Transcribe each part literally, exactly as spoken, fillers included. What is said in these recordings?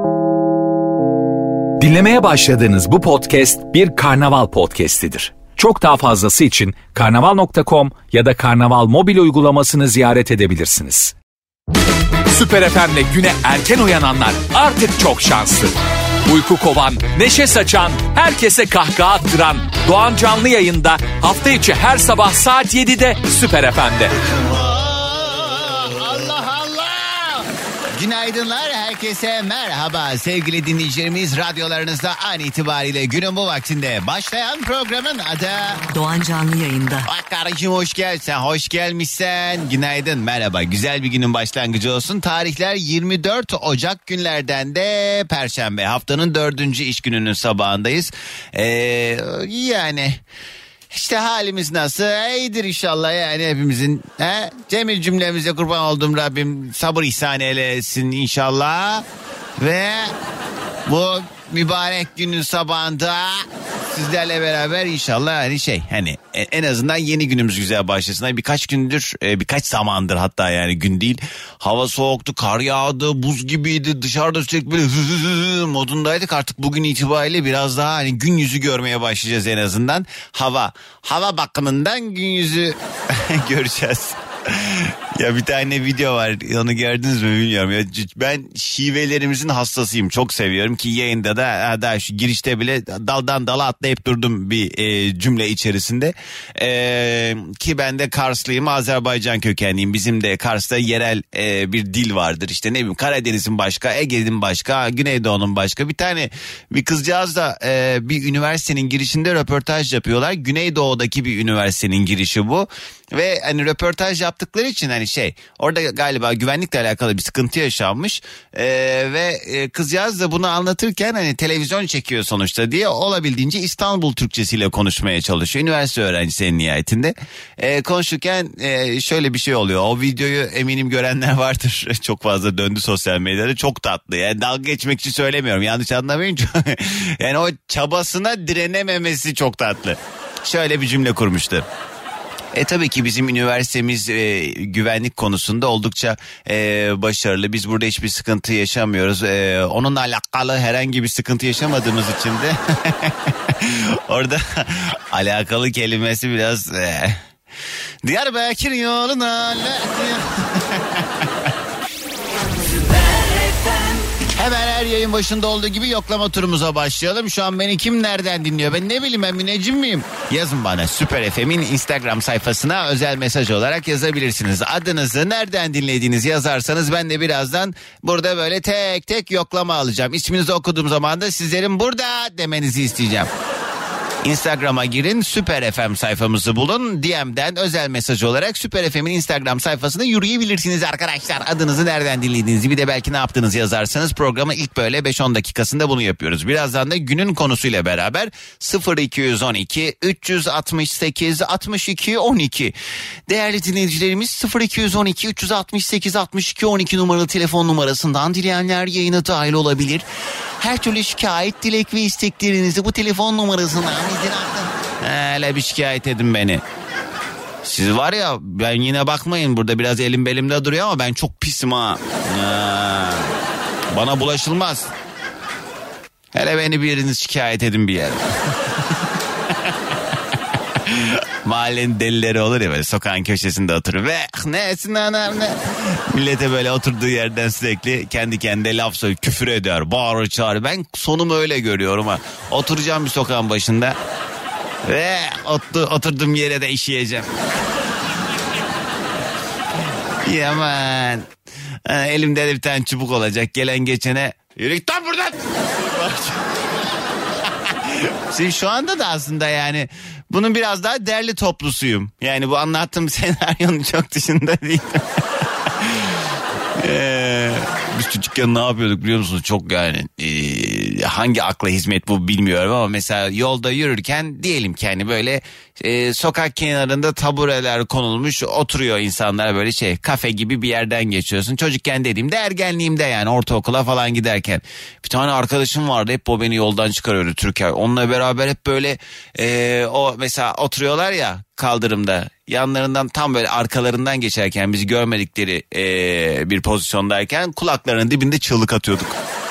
Dinlemeye başladığınız bu podcast bir karnaval podcastidir. Çok daha fazlası için karnaval nokta com ya da karnaval mobil uygulamasını ziyaret edebilirsiniz. Süper F M'le güne erken uyananlar artık çok şanslı. Uyku kovan, neşe saçan, herkese kahkaha attıran Doğan Canlı Yayında hafta içi her sabah saat yedide Süper F M'de. Allah Allah! Günaydınlar, herkese merhaba sevgili dinleyicilerimiz. Radyolarınızda an itibariyle günün bu vaktinde başlayan programın adı Doğan Canlı Yayında. Bak kardeşim, hoş gelsen, hoş gelmişsen. Günaydın, merhaba. Güzel bir günün başlangıcı olsun. Tarihler yirmi dört Ocak, günlerden de Perşembe. Haftanın dördüncü iş gününün sabahındayız. Ee, yani... İşte halimiz nasıl? İyidir inşallah yani hepimizin. He? Cemil cümlemize kurban oldum, Rabbim sabır ihsan eylesin inşallah. Ve bu mübarek günün sabahında sizlerle beraber inşallah hani şey hani en azından yeni günümüz güzel başlasın. Birkaç gündür, birkaç zamandır hatta, yani gün değil. Hava soğuktu, kar yağdı, buz gibiydi, dışarıda sürekli böyle hızlı modundaydık. Artık bugün itibariyle biraz daha hani gün yüzü görmeye başlayacağız en azından. Hava hava bakımından gün yüzü göreceğiz. Ya bir tane video var, onu gördünüz mü bilmiyorum. Ya ben şivelerimizin hastasıyım, çok seviyorum ki yayında da daha şu girişte bile daldan dala atlayıp durdum bir e, cümle içerisinde. E, ki ben de Karslıyım, Azerbaycan kökenliyim. Bizim de Kars'ta yerel e, bir dil vardır. İşte ne bileyim, Karadeniz'in başka, Ege'nin başka, Güneydoğu'nun başka. Bir tane bir kızcağız da e, bir üniversitenin girişinde röportaj yapıyorlar. Güneydoğu'daki bir üniversitenin girişi bu. Ve hani röportaj yaptıkları için hani şey, orada galiba güvenlikle alakalı bir sıkıntı yaşanmış. Ee, ve e, kızcağız da bunu anlatırken hani televizyon çekiyor sonuçta diye olabildiğince İstanbul Türkçesiyle konuşmaya çalışıyor. Üniversite öğrencisi en nihayetinde. Ee, konuşurken e, şöyle bir şey oluyor. O videoyu eminim görenler vardır. Çok fazla döndü sosyal medyada. Çok tatlı. Yani dalga geçmek için söylemiyorum. Yanlış anlamayın. Yani o çabasına direnememesi çok tatlı. Şöyle bir cümle kurmuştu. E tabii ki bizim üniversitemiz e, güvenlik konusunda oldukça e, başarılı. Biz burada hiçbir sıkıntı yaşamıyoruz. E, onunla alakalı herhangi bir sıkıntı yaşamadığımız için de orada alakalı kelimesi biraz e, Diyarbakır yoluna Hemen her yayın başında olduğu gibi yoklama turumuza başlayalım. Şu an beni kim nereden dinliyor? Ben ne bileyim, ben müneccim miyim? Yazın bana, Süper F M'in Instagram sayfasına özel mesaj olarak yazabilirsiniz. Adınızı, nereden dinlediğinizi yazarsanız ben de birazdan burada böyle tek tek yoklama alacağım. İsminizi okuduğum zaman da sizlerin burada demenizi isteyeceğim. Instagram'a girin, Süper F M sayfamızı bulun. D M'den özel mesaj olarak Süper F M'in Instagram sayfasına yürüyebilirsiniz arkadaşlar. Adınızı, nereden dinlediğinizi, bir de belki ne yaptığınızı yazarsanız programın ilk böyle beş on dakikasında bunu yapıyoruz. Birazdan da günün konusuyla beraber sıfır iki on iki üç altı sekiz altmış iki on iki değerli dinleyicilerimiz, sıfır iki on iki üç altı sekiz altmış iki on iki numaralı telefon numarasından dileyenler yayına dahil olabilir. Her türlü şikayet, dilek ve isteklerinizi bu telefon numarasından hele bir şikayet edin beni. Siz var ya, ben yine bakmayın, burada biraz elim belimde duruyor ama ben çok pisim ha. ha. Bana bulaşılmaz. Hele beni bir yeriniz şikayet edin bir yere. Mahallenin delileri olur ya, böyle sokağın köşesinde oturur ve nesin anam ne, millete böyle oturduğu yerden sürekli kendi kendine laf söylüyor, küfür eder, bağırır çağırır. Ben sonumu öyle görüyorum ha. Oturacağım bir sokağın başında ve otur, oturduğum yere de işeyeceğim. Yaman. Ha, elimde de bir tane çubuk olacak, gelen geçene yürü git lan buradan. Şimdi şu anda da aslında yani bunun biraz daha derli toplusuyum. Yani bu anlattığım senaryonun çok dışında değil. ee, biz çocukken ne yapıyorduk biliyor musunuz? Çok yani e, hangi akla hizmet bu bilmiyorum ama mesela yolda yürürken diyelim ki hani böyle e, sokak kenarında tabureler konulmuş, oturuyor insanlar, böyle şey kafe gibi bir yerden geçiyorsun. Çocukken dediğimde ergenliğimde, yani ortaokula falan giderken bir tane arkadaşım vardı, hep o beni yoldan çıkarıyordu Türker. Onunla beraber hep böyle e, o mesela oturuyorlar ya kaldırımda, yanlarından tam böyle arkalarından geçerken bizi görmedikleri e, bir pozisyondayken kulaklarının dibinde çığlık atıyorduk.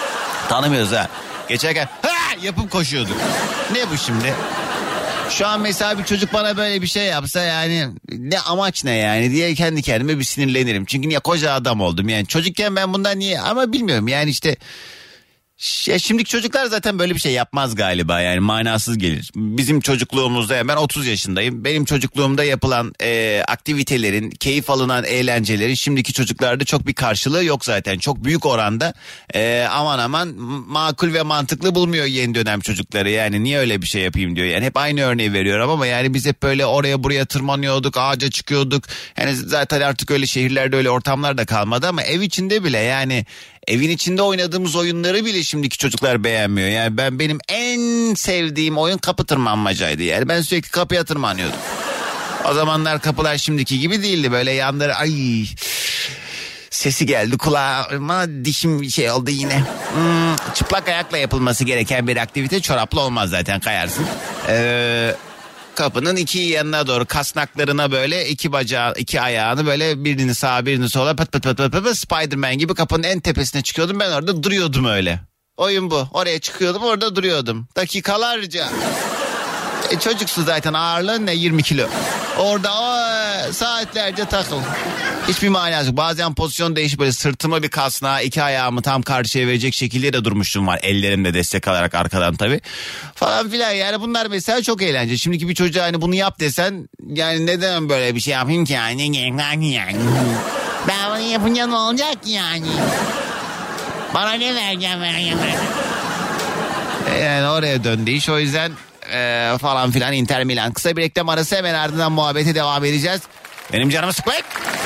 Tanımıyoruz ha. Geçerken ha yapıp koşuyorduk. Ne bu şimdi? Şu an mesela bir çocuk bana böyle bir şey yapsa yani ne amaç ne yani diye kendi kendime bir sinirlenirim. Çünkü niye koca adam oldum yani. Çocukken ben bundan niye ama bilmiyorum yani işte. Ya şimdiki çocuklar zaten böyle bir şey yapmaz galiba yani manasız gelir. Bizim çocukluğumuzda ben otuz yaşındayım. Benim çocukluğumda yapılan e, aktivitelerin, keyif alınan eğlencelerin şimdiki çocuklarda çok bir karşılığı yok zaten. Çok büyük oranda e, aman aman makul ve mantıklı bulmuyor yeni dönem çocukları. Yani niye öyle bir şey yapayım diyor. Yani hep aynı örneği veriyorum ama yani biz hep böyle oraya buraya tırmanıyorduk, ağaca çıkıyorduk. Yani zaten artık öyle şehirlerde öyle ortamlar da kalmadı ama ev içinde bile yani evin içinde oynadığımız oyunları bile şimdiki çocuklar beğenmiyor. Yani ben benim en sevdiğim oyun kapı tırmanmacaydı. Yani ben sürekli kapıya tırmanıyordum. O zamanlar kapılar şimdiki gibi değildi. Böyle yanları ay sesi geldi kulağıma, dişim şey oldu yine. Hmm, çıplak ayakla yapılması gereken bir aktivite, çoraplı olmaz zaten, kayarsın. Eee... Kapının iki yanına doğru kasnaklarına böyle iki bacağı iki ayağını böyle birini sağa birini sola pıt pıt pıt pıt pıt, pıt Spiderman gibi kapının en tepesine çıkıyordum, ben orada duruyordum öyle. Oyun bu, oraya çıkıyordum orada duruyordum dakikalarca. E, çocuksu zaten, ağırlığın ne, yirmi kilo. Orada o, saatlerce takıl. Hiçbir manası yok. Bazen pozisyon değişip böyle sırtıma bir kasnağa iki ayağımı tam karşıya verecek şekilde de durmuştum var. Ellerimle destek alarak arkadan tabii. Falan filan yani bunlar mesela çok eğlenceli. Şimdiki bir çocuğa hani bunu yap desen yani neden böyle bir şey yapayım ki yani. Ben bunu yapınca ne olacak yani? Bana ne vereceğim ben? Yani oraya döndü iş, o yüzden e, falan filan Inter Milan. Kısa bir reklam arası, hemen ardından muhabbete devam edeceğiz. Benim canımı sıkmayın.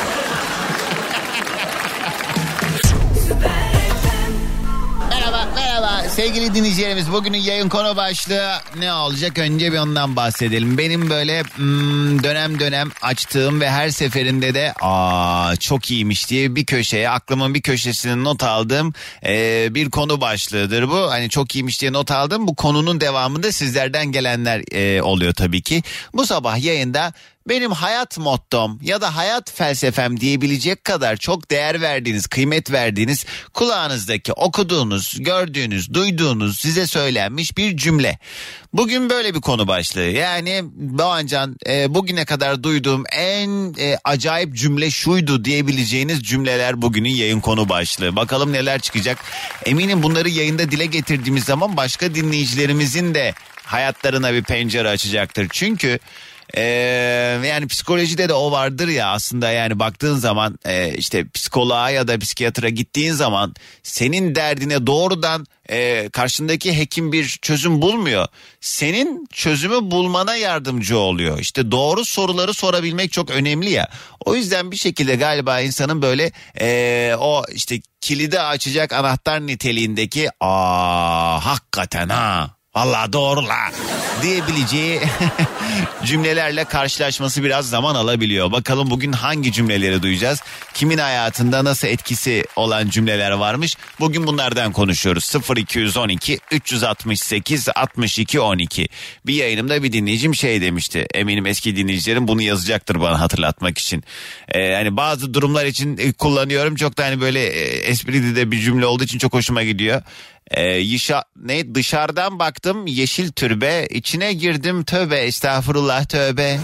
Merhaba, merhaba sevgili dinleyicilerimiz. Bugünün yayın konu başlığı ne olacak? Önce bir ondan bahsedelim. Benim böyle hmm, dönem dönem açtığım ve her seferinde de aa çok iyiymiş diye bir köşeye, aklımın bir köşesine not aldığım e, bir konu başlığıdır bu. Hani çok iyiymiş diye not aldım. Bu konunun devamında sizlerden gelenler e, oluyor tabii ki. Bu sabah yayında benim hayat mottom ya da hayat felsefem diyebilecek kadar çok değer verdiğiniz, kıymet verdiğiniz, kulağınızdaki okuduğunuz, gördüğünüz, duyduğunuz, size söylenmiş bir cümle. Bugün böyle bir konu başlığı. Yani Doğancan e, bugüne kadar duyduğum en e, acayip cümle şuydu diyebileceğiniz cümleler bugünün yayın konu başlığı. Bakalım neler çıkacak. Eminim bunları yayında dile getirdiğimiz zaman başka dinleyicilerimizin de hayatlarına bir pencere açacaktır. Çünkü Ee, yani psikolojide de o vardır ya aslında, yani baktığın zaman e, işte psikoloğa ya da psikiyatra gittiğin zaman senin derdine doğrudan e, karşındaki hekim bir çözüm bulmuyor. Senin çözümü bulmana yardımcı oluyor. İşte doğru soruları sorabilmek çok önemli ya. O yüzden bir şekilde galiba insanın böyle e, o işte kilidi açacak anahtar niteliğindeki aa hakikaten ha vallahi doğru la diyebileceği cümlelerle karşılaşması biraz zaman alabiliyor. Bakalım bugün hangi cümleleri duyacağız? Kimin hayatında nasıl etkisi olan cümleler varmış? Bugün bunlardan konuşuyoruz. sıfır iki on iki üç altı sekiz altmış iki on iki. Bir yayınımda bir dinleyicim şey demişti. Eminim eski dinleyicilerim bunu yazacaktır bana hatırlatmak için. Ee, hani bazı durumlar için kullanıyorum. Çok da hani böyle e, esprili de bir cümle olduğu için çok hoşuma gidiyor. Ee, yışa, ne dışarıdan baktım yeşil türbe, içine girdim tövbe estağfurullah tövbe.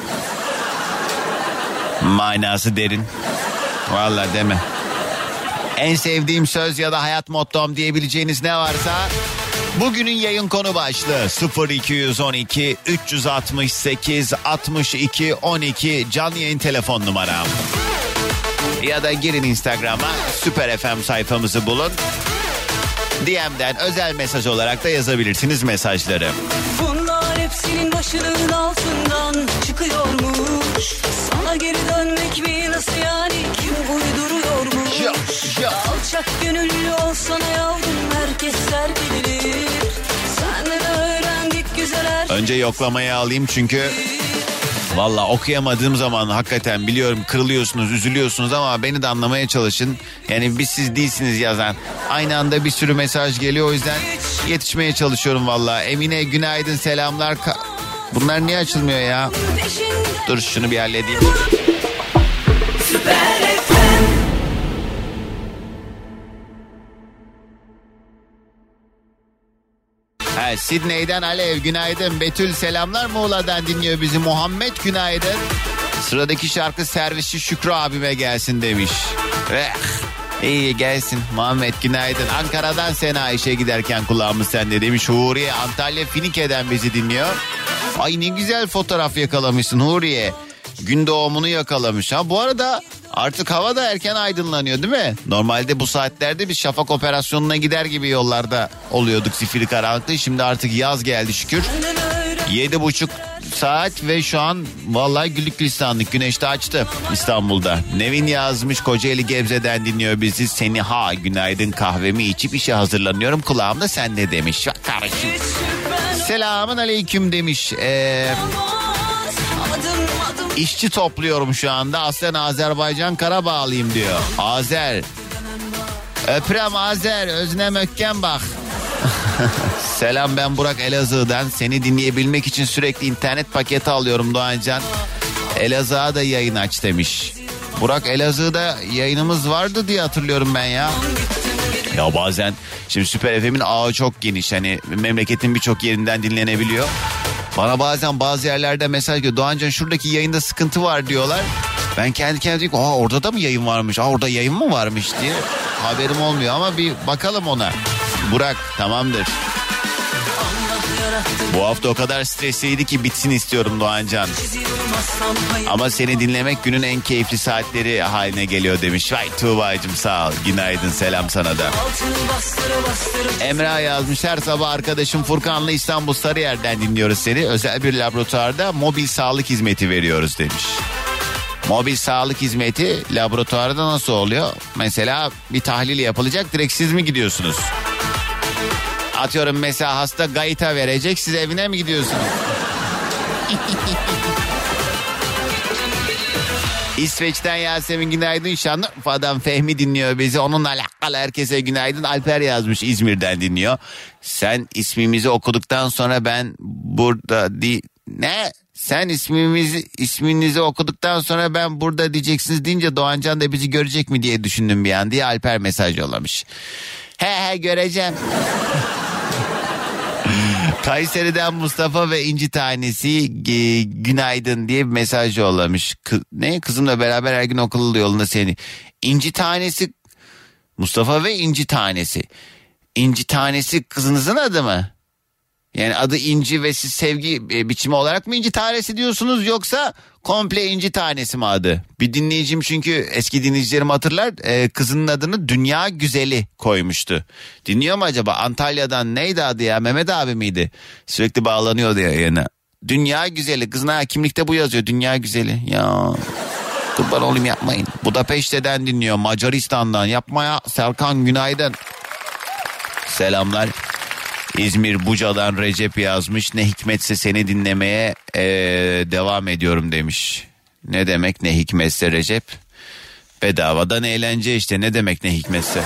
Manası derin. Vallahi deme. En sevdiğim söz ya da hayat mottom diyebileceğiniz ne varsa bugünün yayın konu başlığı sıfır iki on iki üç altı sekiz altmış iki on iki canlı yayın telefon numaram. Ya da girin Instagram'a Süper F M sayfamızı bulun. D M'den özel mesaj olarak da yazabilirsiniz mesajları. Bunlar hepsinin başının altından çıkıyormuş. Sana geri dönmek mi nasıl yani, kim uyduruyormuş? Ya, ya. Alçak gönüllü olsana yavrum, herkes serpilir. Senden öğrendik güzel her şey. Önce yoklamayı alayım çünkü valla okuyamadığım zaman hakikaten biliyorum kırılıyorsunuz, üzülüyorsunuz ama beni de anlamaya çalışın. Yani biz siz değilsiniz yazan. Aynı anda bir sürü mesaj geliyor, o yüzden yetişmeye çalışıyorum valla. Emine günaydın, selamlar. Ka- Bunlar niye açılmıyor ya? Dur şunu bir halledeyim. Süper. He, Sidney'den Alev günaydın. Betül selamlar, Muğla'dan dinliyor bizi. Muhammed günaydın. Sıradaki şarkı servisçi Şükrü abime gelsin demiş. Eh, iyi gelsin Muhammed günaydın. Ankara'dan Sena işe giderken kulağımız sende demiş. Huriye Antalya Finike'den bizi dinliyor. Ay ne güzel fotoğraf yakalamışsın Huriye. Gün doğumunu yakalamış. Ha bu arada artık hava da erken aydınlanıyor değil mi? Normalde bu saatlerde biz şafak operasyonuna gider gibi yollarda oluyorduk zifiri karanlıkta. Şimdi artık yaz geldi şükür. Yedi buçuk saat ve şu an vallahi güllük gülistanlık, güneş de açtı İstanbul'da. Nevin yazmış, Kocaeli Gebze'den dinliyor bizi. Seni ha günaydın, kahvemi içip işe hazırlanıyorum, kulağımda sende demiş. Karışım. Selamun aleyküm demiş. Eee... İşçi topluyorum şu anda. Aslen Azerbaycan Karabağlıyım diyor. Azer. Öprem Azer. Özne mökken bak. Selam, ben Burak Elazığ'dan. Seni dinleyebilmek için sürekli internet paketi alıyorum Doğancan. Elazığ'a da yayın aç demiş. Burak, Elazığ'da yayınımız vardı diye hatırlıyorum ben ya. Ya bazen şimdi Süper F M'in ağı çok geniş. Hani memleketin birçok yerinden dinlenebiliyor. Bana bazen bazı yerlerde mesaj geliyor. Doğancan şuradaki yayında sıkıntı var diyorlar. Ben kendi kendime diyorum, aa orada da mı yayın varmış? Aa orada yayın mı varmış diye haberim olmuyor ama bir bakalım ona. Burak tamamdır. Bu hafta o kadar stresliydi ki bitsin istiyorum Doğancan. Ama seni dinlemek günün en keyifli saatleri haline geliyor demiş. Vay Tuğba'cığım sağ ol. Günaydın, selam sana da. Emre yazmış, her sabah arkadaşım Furkan'la İstanbul Sarıyer'den dinliyoruz seni. Özel bir laboratuvarda mobil sağlık hizmeti veriyoruz demiş. Mobil sağlık hizmeti laboratuvarda nasıl oluyor? Mesela bir tahlil yapılacak, direkt siz mi gidiyorsunuz? Atıyorum mesela hasta gayta verecek, siz evine mi gidiyorsunuz? İsveç'ten Yasemin günaydın. Şanlıurfa'dan Fehmi dinliyor bizi. Onunla alakalı herkese günaydın. Alper yazmış, İzmir'den dinliyor. Sen ismimizi okuduktan sonra ben burada di... Ne? Sen ismimizi isminizi okuduktan sonra ben burada diyeceksiniz deyince Doğancan da bizi görecek mi diye düşündüm bir an diye Alper mesaj yollamış. He he göreceğim. Kayseri'den Mustafa ve İnci Tanesi günaydın diye bir mesaj yollamış. Kı, ne? Kızımla beraber her gün okul yolunda seni. İnci Tanesi, Mustafa ve İnci Tanesi. İnci Tanesi kızınızın adı mı? Yani adı İnci ve siz sevgi biçimi olarak mı İnci Tanesi diyorsunuz, yoksa komple İnci Tanesi mi adı? Bir dinleyicim, çünkü eski dinleyicilerim hatırlar, e, kızının adını Dünya Güzeli koymuştu. Dinliyor mu acaba? Antalya'dan neydi adı ya? Mehmet abi miydi? Sürekli bağlanıyordu ya yayına. Dünya Güzeli, kızına kimlikte bu yazıyor, Dünya Güzeli. Ya kurban olayım, yapmayın. Budapeşte'den dinliyor, Macaristan'dan. Yapma ya. Serkan günaydın. Selamlar. İzmir Buca'dan Recep yazmış. Ne hikmetse seni dinlemeye ee, devam ediyorum demiş. Ne demek ne hikmetse Recep? Bedavadan eğlence işte, ne demek ne hikmetse?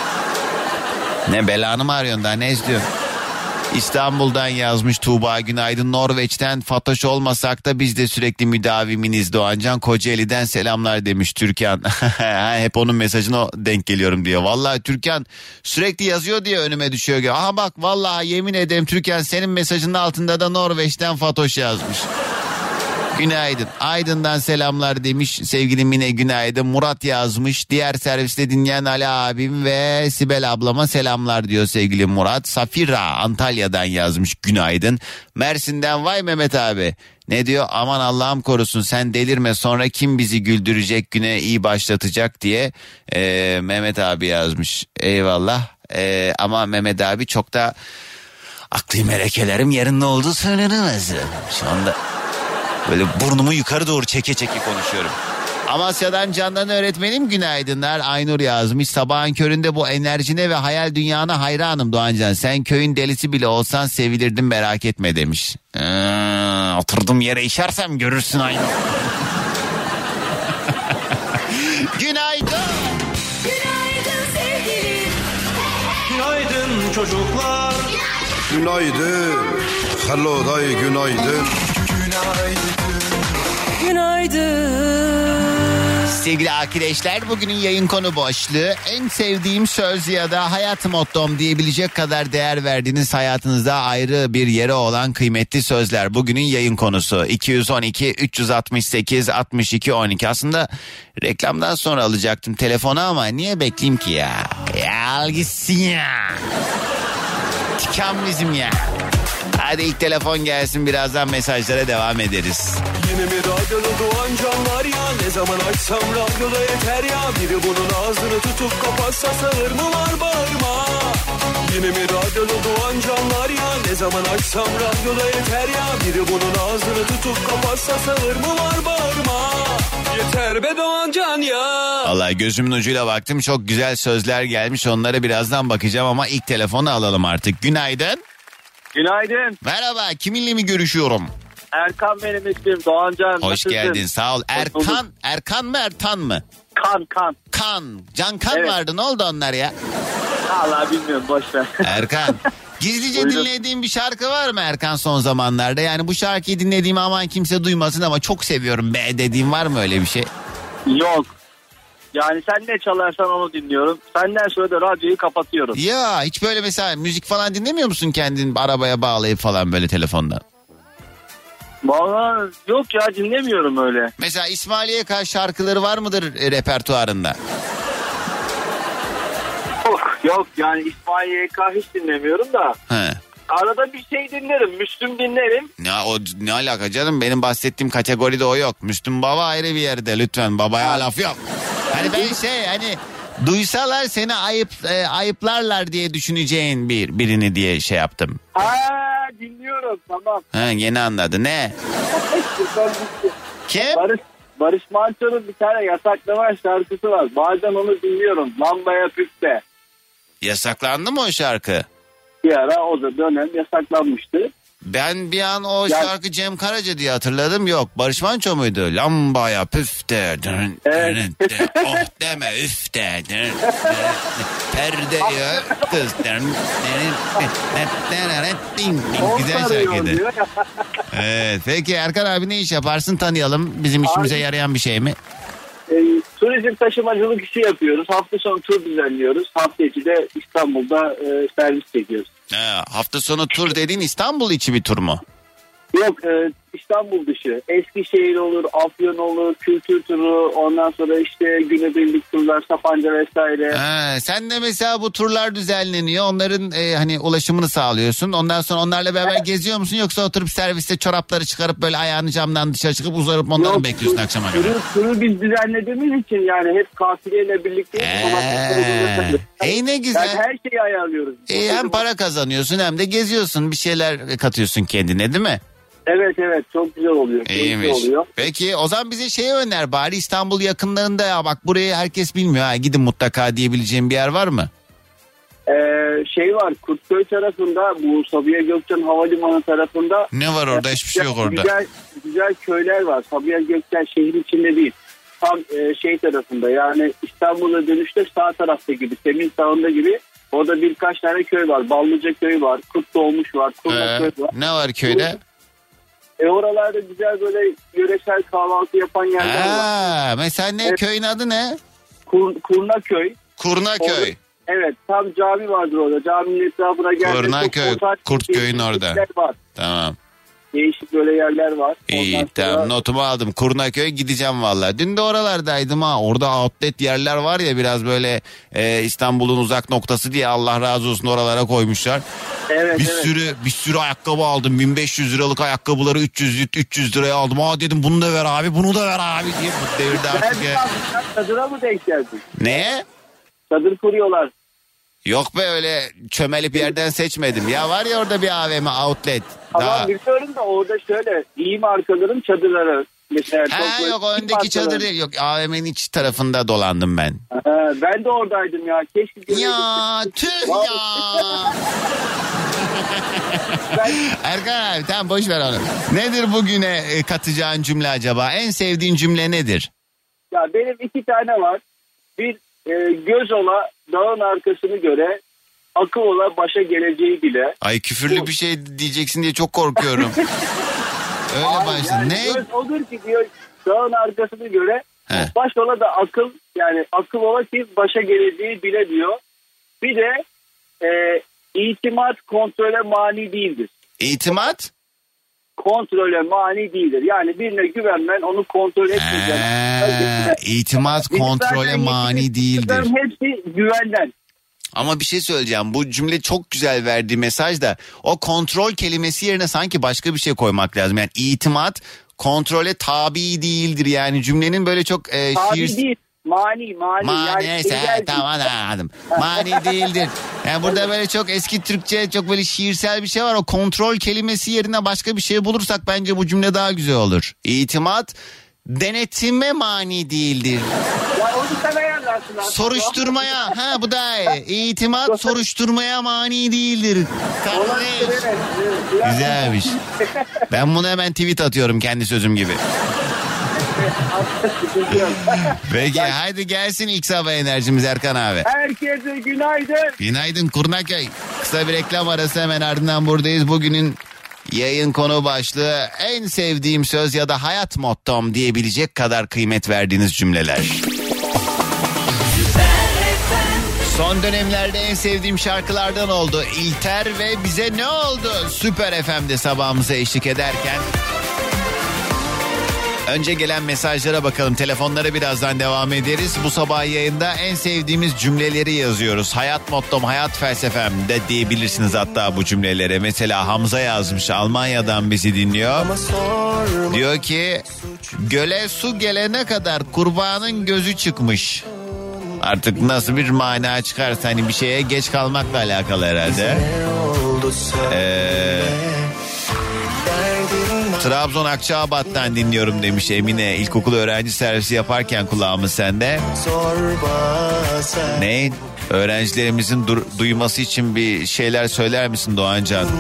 Ne belanı mı arıyorsun daha, ne izliyorsun? İstanbul'dan yazmış Tuğba günaydın. Norveç'ten Fatoş olmasak da biz de sürekli müdaviminiz Doğancan. Kocaeli'den selamlar demiş Türkan. Hep onun mesajına denk geliyorum diyor. Vallahi Türkan sürekli yazıyor diye önüme düşüyor. Aha bak, vallahi yemin ederim Türkan, senin mesajının altında da Norveç'ten Fatoş yazmış. Günaydın. Aydın'dan selamlar demiş sevgili Mine günaydın. Murat yazmış. Diğer serviste dinleyen Ali abim ve Sibel ablama selamlar diyor sevgili Murat. Safira Antalya'dan yazmış günaydın. Mersin'den vay Mehmet abi. Ne diyor? Aman Allah'ım korusun sen delirme, sonra kim bizi güldürecek, güne iyi başlatacak diye ee, Mehmet abi yazmış. Eyvallah. Ee, ama Mehmet abi çok da akli melekelerim yerinde olduğu söylenemez. Şu anda böyle burnumu yukarı doğru çeke çeke konuşuyorum. Amasya'dan Candan öğretmenim günaydınlar. Aynur yazmış. Sabahın köründe bu enerjine ve hayal dünyana hayranım Doğancan. Sen köyün delisi bile olsan sevilirdim, merak etme demiş. Ee, oturdum yere işersem görürsün Aynur. Günaydın. Günaydın sevgilim. Günaydın çocuklar. Günaydın. Hello day günaydın. Günaydın. Sevgili arkadaşlar, bugünün yayın konu başlığı en sevdiğim söz ya da hayat mottom diyebilecek kadar değer verdiğiniz, hayatınızda ayrı bir yere olan kıymetli sözler. Bugünün yayın konusu iki yüz on iki üç altı sekiz altmış iki on iki. Aslında reklamdan sonra alacaktım telefonu ama niye bekleyeyim ki ya? Ya al gitsin ya. Tikan bizim ya. Hadi ilk telefon gelsin, birazdan mesajlara devam ederiz. Yine mi radyoda doğan canlar ya? Ne zaman açsam radyoda yeter ya. Biri bunun ağzını tutup kapatsa sağır mı var bağırma. Yine mi radyoda doğan canlar ya? Ne zaman açsam radyoda yeter ya. Biri bunun ağzını tutup kapatsa sağır mı var bağırma. Yeter be Doğan Can ya. Vallahi gözümün ucuyla baktım, çok güzel sözler gelmiş, onlara birazdan bakacağım ama ilk telefonu alalım artık. Günaydın. Günaydın. Merhaba, kiminle mi görüşüyorum? Erkan benim ismim, Doğancan. Hoş nasılsın? geldin, sağ ol. Erkan, Erkan mı Ertan mı? Kan kan. Kan, Can Kan Evet. vardı, ne oldu onlar ya? Allah bilmiyorum, boşver. Erkan, gizlice Buyurun. dinlediğin bir şarkı var mı Erkan son zamanlarda? Yani bu şarkıyı dinlediğim aman kimse duymasın ama çok seviyorum be dediğin var mı öyle bir şey? Yok. Yani sen ne çalarsan onu dinliyorum. Senden sonra da radyoyu kapatıyorum. Ya hiç böyle mesela müzik falan dinlemiyor musun kendin arabaya bağlayıp falan böyle telefonda? Vallahi yok ya, dinlemiyorum öyle. Mesela İsmail Y K şarkıları var mıdır e, repertuarında? Yok, yok yani İsmail Y K hiç dinlemiyorum da. He. Arada bir şey dinlerim. Müslüm dinlerim. Ya o ne alaka canım, benim bahsettiğim kategoride o yok. Müslüm Baba ayrı bir yerde, lütfen babaya laf yok. Hani ben şey hani duysalar seni ayıp e, ayıplarlar diye düşüneceğin bir birini diye şey yaptım. Ha, dinliyorum, tamam. Ha, yeni anladı. Ne? Kim? Barış, Barış Manço'nun bir tane yasaklama şarkısı var. Bazen onu dinliyorum. Lambaya püfte. Yasaklandı mı o şarkı? Bir ara o da dönem yasaklanmıştı. Ben bir an o Ya- şarkı Cem Karaca diye hatırladım. Yok, Barış Manço muydu? Lambaya püfte. Dön, Evet. dön, dön, oh deme üfte. Dön, dön, perdeye kız. Dön, dön, dön, dön, dön, ding, ding. Güzel şarkıydı. Evet. Peki Erkan abi, ne iş yaparsın, tanıyalım. Bizim işimize Abi- yarayan bir şey mi? E, turizm taşımacılık işi yapıyoruz. Hafta sonu tur düzenliyoruz. Hafta içi de İstanbul'da e, servis çekiyoruz. Ha, hafta sonu tur dediğin İstanbul içi bir tur mu? Yok, e, İstanbul dışı. Eskişehir olur, Afyon olur, kültür turu, ondan sonra işte günübirlik turlar, Sapanca vesaire. Ha, sen de mesela bu turlar düzenleniyor. Onların e, hani ulaşımını sağlıyorsun. Ondan sonra onlarla beraber geziyor musun? Yoksa oturup serviste çorapları çıkarıp böyle ayağını camdan dışarı çıkıp uzanıp onları mı bekliyorsun tur- akşama kadar? Turu, turu biz düzenlediğimiz için yani hep kafiliyle birlikte. Eee, ey ne güzel. Yani her şeyi ayarlıyoruz. E, hem para kazanıyorsun hem de geziyorsun. Bir şeyler katıyorsun kendine, değil mi? Evet evet, çok güzel oluyor. Keyifli İyiymiş. oluyor. Peki o zaman bize şeyi öner bari, İstanbul yakınlarında, ya bak burayı herkes bilmiyor ha, gidin mutlaka diyebileceğim bir yer var mı? Ee, şey var, Kurtköy tarafında, bu Sabiha Gökçen Havalimanı tarafında. Ne var orada? Hiçbir şey yok orada. Güzel, güzel köyler var. Sabiha Gökçen şehrin içinde değil. Tam e, şey tarafında, yani İstanbul'a dönüşte sağ tarafta gibi, Semin sağında gibi. Orada birkaç tane köy var. Ballıca köy var, Kurt Doğmuş var, Kurna Ee, köy var. ne var köyde? E oralarda güzel böyle yöresel kahvaltı yapan yerler var. Ha, mesela ne, Evet. köyün adı ne? Kur, Kurna köy. Kurnaköy. Orada- Evet, tam cami vardır orada. Caminin etrafına geldiğinde Kurnaköy, çok otantik Kurtköy'ün değişik orada. yerler var. Tamam. Değişik böyle yerler var. İyi, Ondan tamam, sonra- notumu aldım. Kurnaköy gideceğim valla. Dün de oralardaydım ha. Orada outlet yerler var ya, biraz böyle e, İstanbul'un uzak noktası diye, Allah razı olsun, oralara koymuşlar. Evet, Bir evet. sürü bir sürü ayakkabı aldım. bin beş yüz liralık ayakkabıları üç yüz üç yüz liraya aldım. Aa dedim, bunu da ver abi, bunu da ver abi diye. Bu devirde Ben artık bir ya. an çadıra mı denk geldin? Ne? Çadır kuruyorlar. Yok be, öyle çömelip yerden seçmedim. Ya var ya orada bir A V M outlet. Daha... Ama biliyorum da orada şöyle iyi markaların çadırları. Mesela Ha çok böyle yok, o iyi öndeki markaların. çadır değil. Yok, A V M'nin iç tarafında dolandım ben. Ha, ben de oradaydım ya. Keşke göreydim. Ya tüh ya. Ben- Erkan abi tamam, boş ver onu. Nedir bugüne e, katacağın cümle acaba? En sevdiğin cümle nedir? Ya benim iki tane var. Bir e, göz ola dağın arkasını göre, akıl ola başa geleceği bile. Ay, küfürlü bir şey diyeceksin diye çok korkuyorum. Öyle Abi başladı. yani Ne? göz olur ki diyor, dağın arkasını göre, He. Baş ola da akıl, yani akıl ola ki başa geleceği bile diyor. Bir de e, itimat kontrole mani değildir. İtimat? Kontrole mani değildir. Yani birine güvenmen, onu kontrol etmeyeceksin. Ee, itimat kontrole mani değildir. Hepsi güvenden. Ama bir şey söyleyeceğim. Bu cümle çok güzel verdiği mesaj da o kontrol kelimesi yerine sanki başka bir şey koymak lazım. Yani itimat kontrole tabi değildir. Yani cümlenin böyle çok e, tabi şiir... değil. Mani, mani. Mani yani neyse he, tamam anladım. Mani değildir. Yani burada böyle çok eski Türkçe, çok böyle şiirsel bir şey var. O kontrol kelimesi yerine başka bir şey bulursak bence bu cümle daha güzel olur. İtimat denetime mani değildir. Ya onu sen ayarlarsın aslında. Soruşturmaya, ha bu da iyi. İtimat soruşturmaya mani değildir. Kardeş. Güzelmiş. Ben bunu hemen tweet atıyorum kendi sözüm gibi. Peki haydi gelsin ilk sabah enerjimiz Erkan abi. Herkese günaydın. Günaydın Kurnaköy. Kısa bir reklam arası, hemen ardından buradayız. Bugünün yayın konu başlığı en sevdiğim söz ya da hayat mottom diyebilecek kadar kıymet verdiğiniz cümleler. Son dönemlerde en sevdiğim şarkılardan oldu. İlter ve Bize Ne Oldu? Süper F M'de sabahımıza eşlik ederken. Önce gelen mesajlara bakalım. Telefonlara birazdan devam ederiz. Bu sabah yayında en sevdiğimiz cümleleri yazıyoruz. Hayat mottom, hayat felsefem de diyebilirsiniz hatta bu cümlelere. Mesela Hamza yazmış, Almanya'dan bizi dinliyor. Diyor ki göle su gelene kadar kurbanın gözü çıkmış. Artık nasıl bir mana çıkarsa hani bir şeye geç kalmakla alakalı herhalde. Eee... Trabzon Akçaabat'tan dinliyorum demiş Emine. İlkokul öğrenci servisi yaparken kulağımız sende. Ne? Öğrencilerimizin du- duyması için bir şeyler söyler misin Doğancan?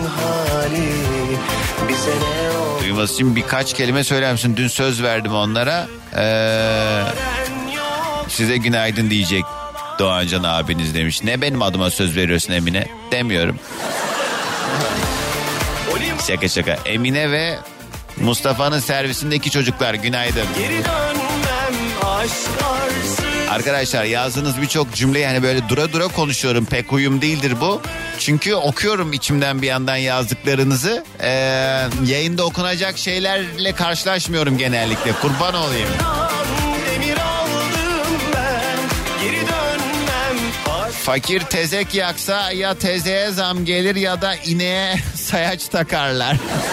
Duyması için birkaç kelime söyler misin? Dün söz verdim onlara. Ee, size günaydın diyecek Doğancan abiniz demiş. Ne benim adıma söz veriyorsun Emine? Demiyorum. Şaka şaka. Emine ve Mustafa'nın servisindeki çocuklar günaydın. Arkadaşlar yazdığınız birçok cümle, yani böyle dura dura konuşuyorum, pek huyum değildir bu. Çünkü okuyorum içimden bir yandan yazdıklarınızı. Ee, yayında okunacak şeylerle karşılaşmıyorum genellikle, kurban olayım. Fakir tezek yaksa ya tezeye zam gelir ya da ineğe sayaç takarlar.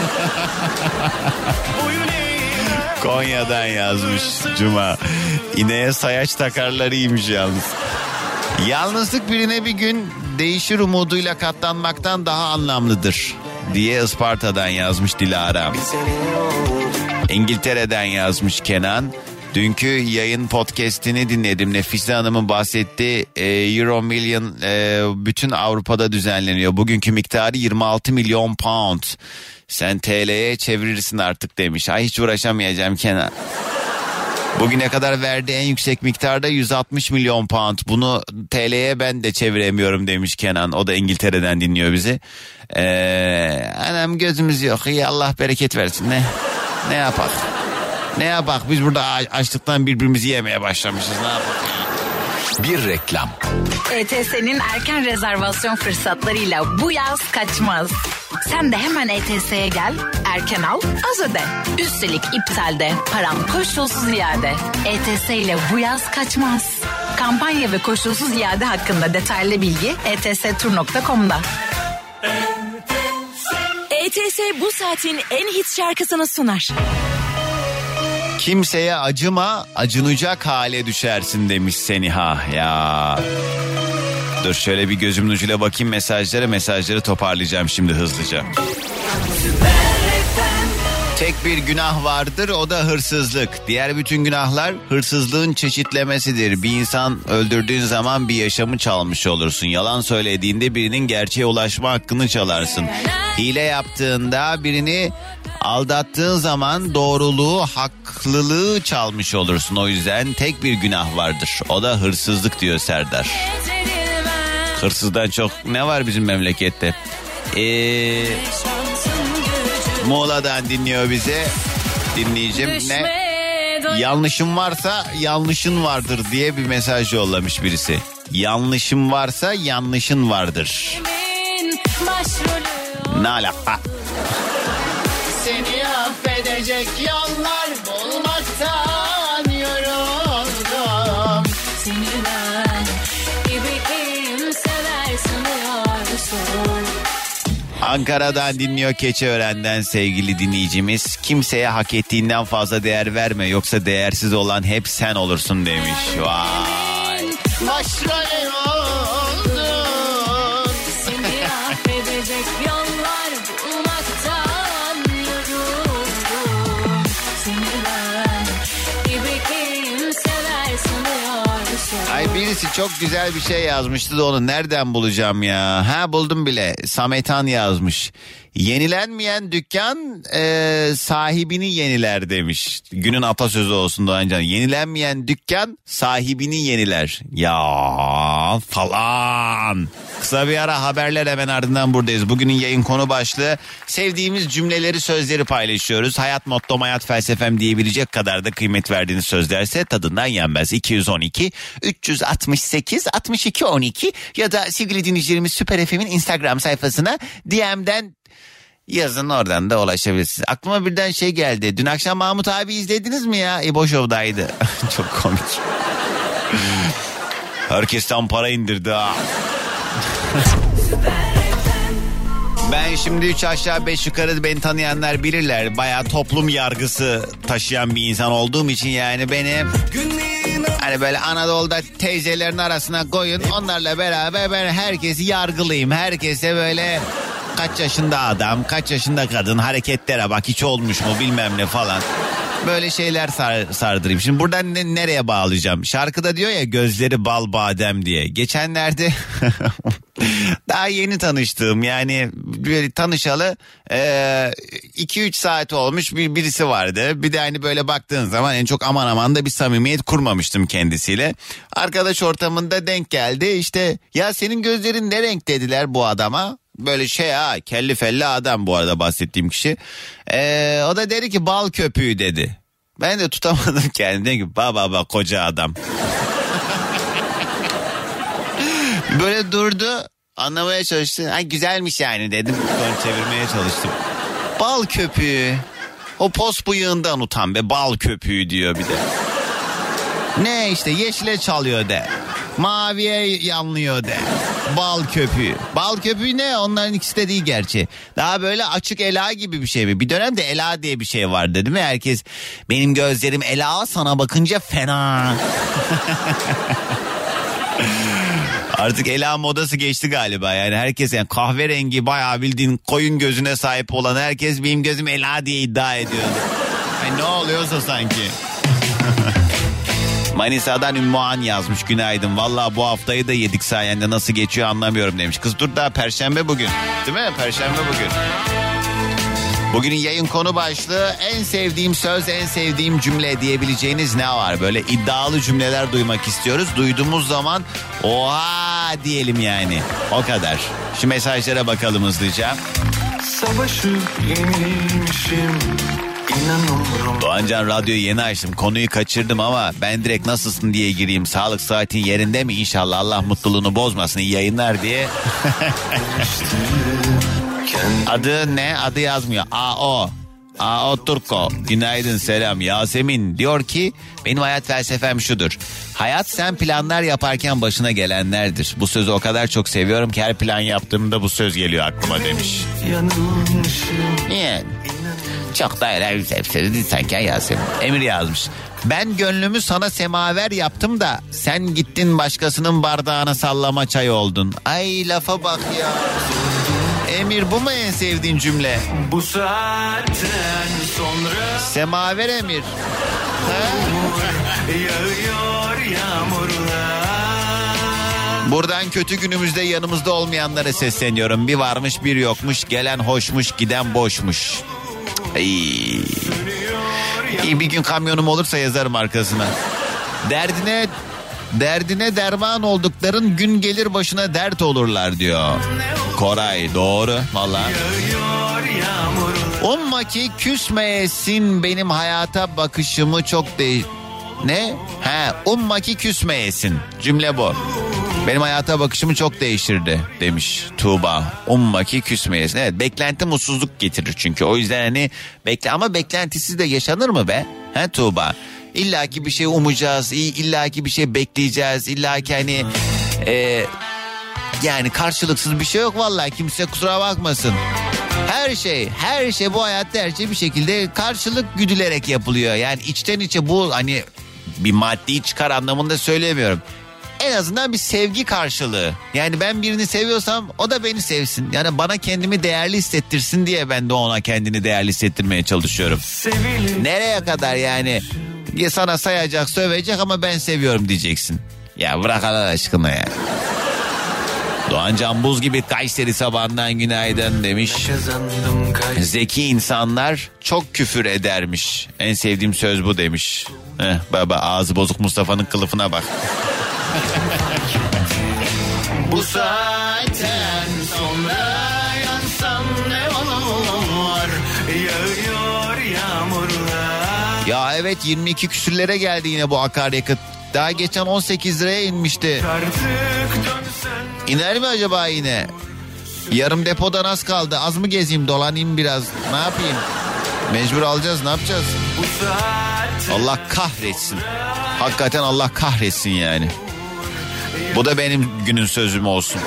Konya'dan yazmış Cuma. İneğe sayaç takarlar iyiymiş yalnız. Yalnızlık birine bir gün değişir umuduyla katlanmaktan daha anlamlıdır diye Isparta'dan yazmış Dilara. İngiltere'den yazmış Kenan. Dünkü yayın podcast'ini dinledim. Nefise Hanım'ın bahsettiği e, Euro Million e, bütün Avrupa'da düzenleniyor. Bugünkü miktarı yirmi altı milyon pound. Sen T L'ye çevirirsin artık demiş. Ay hiç uğraşamayacağım Kenan. Bugüne kadar verdiği en yüksek miktarda yüz altmış milyon pound. Bunu T L'ye ben de çeviremiyorum demiş Kenan. O da İngiltere'den dinliyor bizi. Ee, anam gözümüz yok. İyi, Allah bereket versin. Ne ne yapak? Ne yapak? Biz burada açlıktan birbirimizi yemeye başlamışız. Ne yapak? Bir reklam. E T S'nin erken rezervasyon fırsatlarıyla bu yaz kaçmaz. Sen de hemen E T S'ye gel, erken al, az öde. Üstelik iptalde param koşulsuz iade. E T S ile bu yaz kaçmaz. Kampanya ve koşulsuz iade hakkında detaylı bilgi e t s tur nokta com'da. E T S bu saatin en hit şarkısını sunar. Kimseye acıma, acınacak hale düşersin demiş Seniha. Ya. Dur şöyle bir gözümün ucuyla bakayım mesajlara. Mesajları toparlayacağım şimdi hızlıca. Tek bir günah vardır, o da hırsızlık. Diğer bütün günahlar hırsızlığın çeşitlemesidir. Bir insan öldürdüğün zaman bir yaşamı çalmış olursun. Yalan söylediğinde birinin gerçeğe ulaşma hakkını çalarsın. Hile yaptığında birini aldattığın zaman doğruluğu, haklılığı çalmış olursun. O yüzden tek bir günah vardır, o da hırsızlık diyor Serdar. Hırsızdan çok ne var bizim memlekette? Eee... Muğla'dan dinliyor bizi dinleyicim. Ne? Yanlışım varsa yanlışın vardır diye bir mesaj yollamış birisi. Yanlışım varsa yanlışın vardır. Ne alaka? Seni affedecek yollar bulmaktan yoruldum. Seni ben gibi kim sever sanıyorsun. Ankara'dan dinliyor Keçiören'den sevgili dinleyicimiz. Kimseye hak ettiğinden fazla değer verme, yoksa değersiz olan hep sen olursun demiş. Vay. Başrol oldun. Seni affedecek yollar bulmaktan yoruldum. Seni ben gibi kim sever sanıyorsun. Ay birisi çok güzel bir şey yazmıştı da onu nereden bulacağım ya? Ha buldum bile. Sametan yazmış. Yenilenmeyen dükkan e, sahibini yeniler demiş. Günün atasözü olsun Doğancan. Yenilenmeyen dükkan sahibini yeniler. Ya falan. Kısa bir ara haberler, hemen ardından buradayız. Bugünün yayın konu başlığı sevdiğimiz cümleleri, sözleri paylaşıyoruz. Hayat mottom, hayat felsefem diyebilecek kadar da kıymet verdiğiniz sözlerse tadından yenmez. iki yüz on iki üç yüz altmış sekiz altmış iki on iki ya da sevgili dinleyicilerimiz Süper F M'in Instagram sayfasına D M'den yazın, oradan da ulaşabilirsiniz. Aklıma birden şey geldi. Dün akşam Mahmut abi izlediniz mi ya? İbo Show'daydı. Çok komik. Herkesten para indirdi ha. Ben şimdi üç aşağı beş yukarı, beni tanıyanlar bilirler. Bayağı toplum yargısı taşıyan bir insan olduğum için yani beni hani böyle Anadolu'da teyzelerin arasına koyun, onlarla beraber ben herkesi yargılayayım. Herkese böyle kaç yaşında adam, kaç yaşında kadın, hareketlere bak, hiç olmuş mu bilmem ne falan. Böyle şeyler sar, sardırayım. Şimdi buradan ne, nereye bağlayacağım? Şarkıda diyor ya, gözleri bal badem diye. Geçenlerde daha yeni tanıştığım, yani böyle tanışalı iki üç saat olmuş bir birisi vardı. Bir de hani böyle baktığın zaman en çok aman aman da bir samimiyet kurmamıştım kendisiyle. Arkadaş ortamında denk geldi. İşte ya senin gözlerin ne renk dediler bu adama. Böyle şey ha, kelli felli adam bu arada bahsettiğim kişi. Ee, o da dedi ki bal köpüğü dedi. Ben de tutamadım kendime, dedim ki baba baba koca adam. Böyle durdu, anlamaya çalıştı. Ha, güzelmiş yani dedim. Sonra çevirmeye çalıştım. Bal köpüğü. O pos bıyığından utan be, bal köpüğü diyor bir de. Ne işte, yeşile çalıyor de. Maviye yanlıyor de. Bal köpüğü. Bal köpüğü ne? Onların ikisi de değil gerçi. Daha böyle açık ela gibi bir şey mi? Bir dönemde ela diye bir şey vardı değil mi? Herkes benim gözlerim ela, sana bakınca fena. Artık ela modası geçti galiba. Yani herkes, yani kahverengi bayağı bildiğin koyun gözüne sahip olan herkes benim gözüm ela diye iddia ediyordu. Yani ne oluyorsa sanki. Manisa'dan Ümmühan yazmış, günaydın. Vallahi bu haftayı da yedik sayende, nasıl geçiyor anlamıyorum demiş. Kız dur, daha perşembe bugün. Değil mi? Perşembe bugün. Bugünün yayın konu başlığı en sevdiğim söz, en sevdiğim cümle diyebileceğiniz ne var? Böyle iddialı cümleler duymak istiyoruz. Duyduğumuz zaman oha diyelim yani. O kadar. Şu mesajlara bakalım hızlıca. Savaşı yenilmişim. Doğancan, radyoyu yeni açtım, konuyu kaçırdım ama ben direkt nasılsın diye gireyim. Sağlık saatin yerinde mi? İnşallah Allah mutluluğunu bozmasın, iyi yayınlar diye. Adı ne? Adı yazmıyor. A O. A O Turko. Günaydın, selam. Yasemin diyor ki benim hayat felsefem şudur. Hayat sen planlar yaparken başına gelenlerdir. Bu sözü o kadar çok seviyorum ki her plan yaptığımda bu söz geliyor aklıma demiş. Niye? Çok da öyle bir söz değil sanki Yasemin. Emir yazmış. Ben gönlümü sana semaver yaptım da sen gittin başkasının bardağına sallama çay oldun. Ay lafa bak ya. Emir, bu mu en sevdiğin cümle? Bu saatten sonra Semaver Emir. yağıyor yağmurlar. Buradan kötü günümüzde yanımızda olmayanlara sesleniyorum. Bir varmış bir yokmuş, gelen hoşmuş giden boşmuş. İyi. İyi, bir gün kamyonum olursa yazarım arkasına. Derdine derdine derman oldukların gün gelir başına dert olurlar diyor. Koray, doğru valla. Umma ki küsmeyesin benim hayata bakışımı çok değil. Ne? He, umma ki küsmeyesin. Cümle bu. Benim hayata bakışımı çok değiştirdi demiş Tuğba. Umma ki küsmeyesin. Evet, beklenti mutsuzluk getirir çünkü. O yüzden hani bekle ama beklentisiz de yaşanır mı be? He Tuğba? İlla ki bir şey umacağız, illa ki bir şey bekleyeceğiz, illa ki hani e, yani karşılıksız bir şey yok vallahi, kimse kusura bakmasın. Her şey, her şey bu hayatta her şey bir şekilde karşılık güdülerek yapılıyor. Yani içten içe bu hani bir maddi çıkar anlamında söylemiyorum. En azından bir sevgi karşılığı. Yani ben birini seviyorsam o da beni sevsin. Yani bana kendimi değerli hissettirsin diye ben de ona kendini değerli hissettirmeye çalışıyorum. Sevilim. Nereye kadar yani? Sana sayacak, sövecek ama ben seviyorum diyeceksin. Ya bırak Allah aşkına ya. Doğan Can buz gibi Kayseri sabahından günaydın demiş. Zeki insanlar çok küfür edermiş. En sevdiğim söz bu demiş. Heh, baba ağzı bozuk Mustafa'nın kılıfına bak. Bu saatten sonra yansam ne olur, yağıyor yağmurlar. Ya evet, yirmi iki küsürlere geldi yine bu akaryakıt. Daha geçen on sekiz liraya inmişti. İner mi acaba yine? Yarım depodan az kaldı. Az mı gezeyim, dolanayım biraz? Ne yapayım? Mecbur alacağız, ne yapacağız? Allah kahretsin. Hakikaten Allah kahretsin yani. Bu da benim günün sözüm olsun.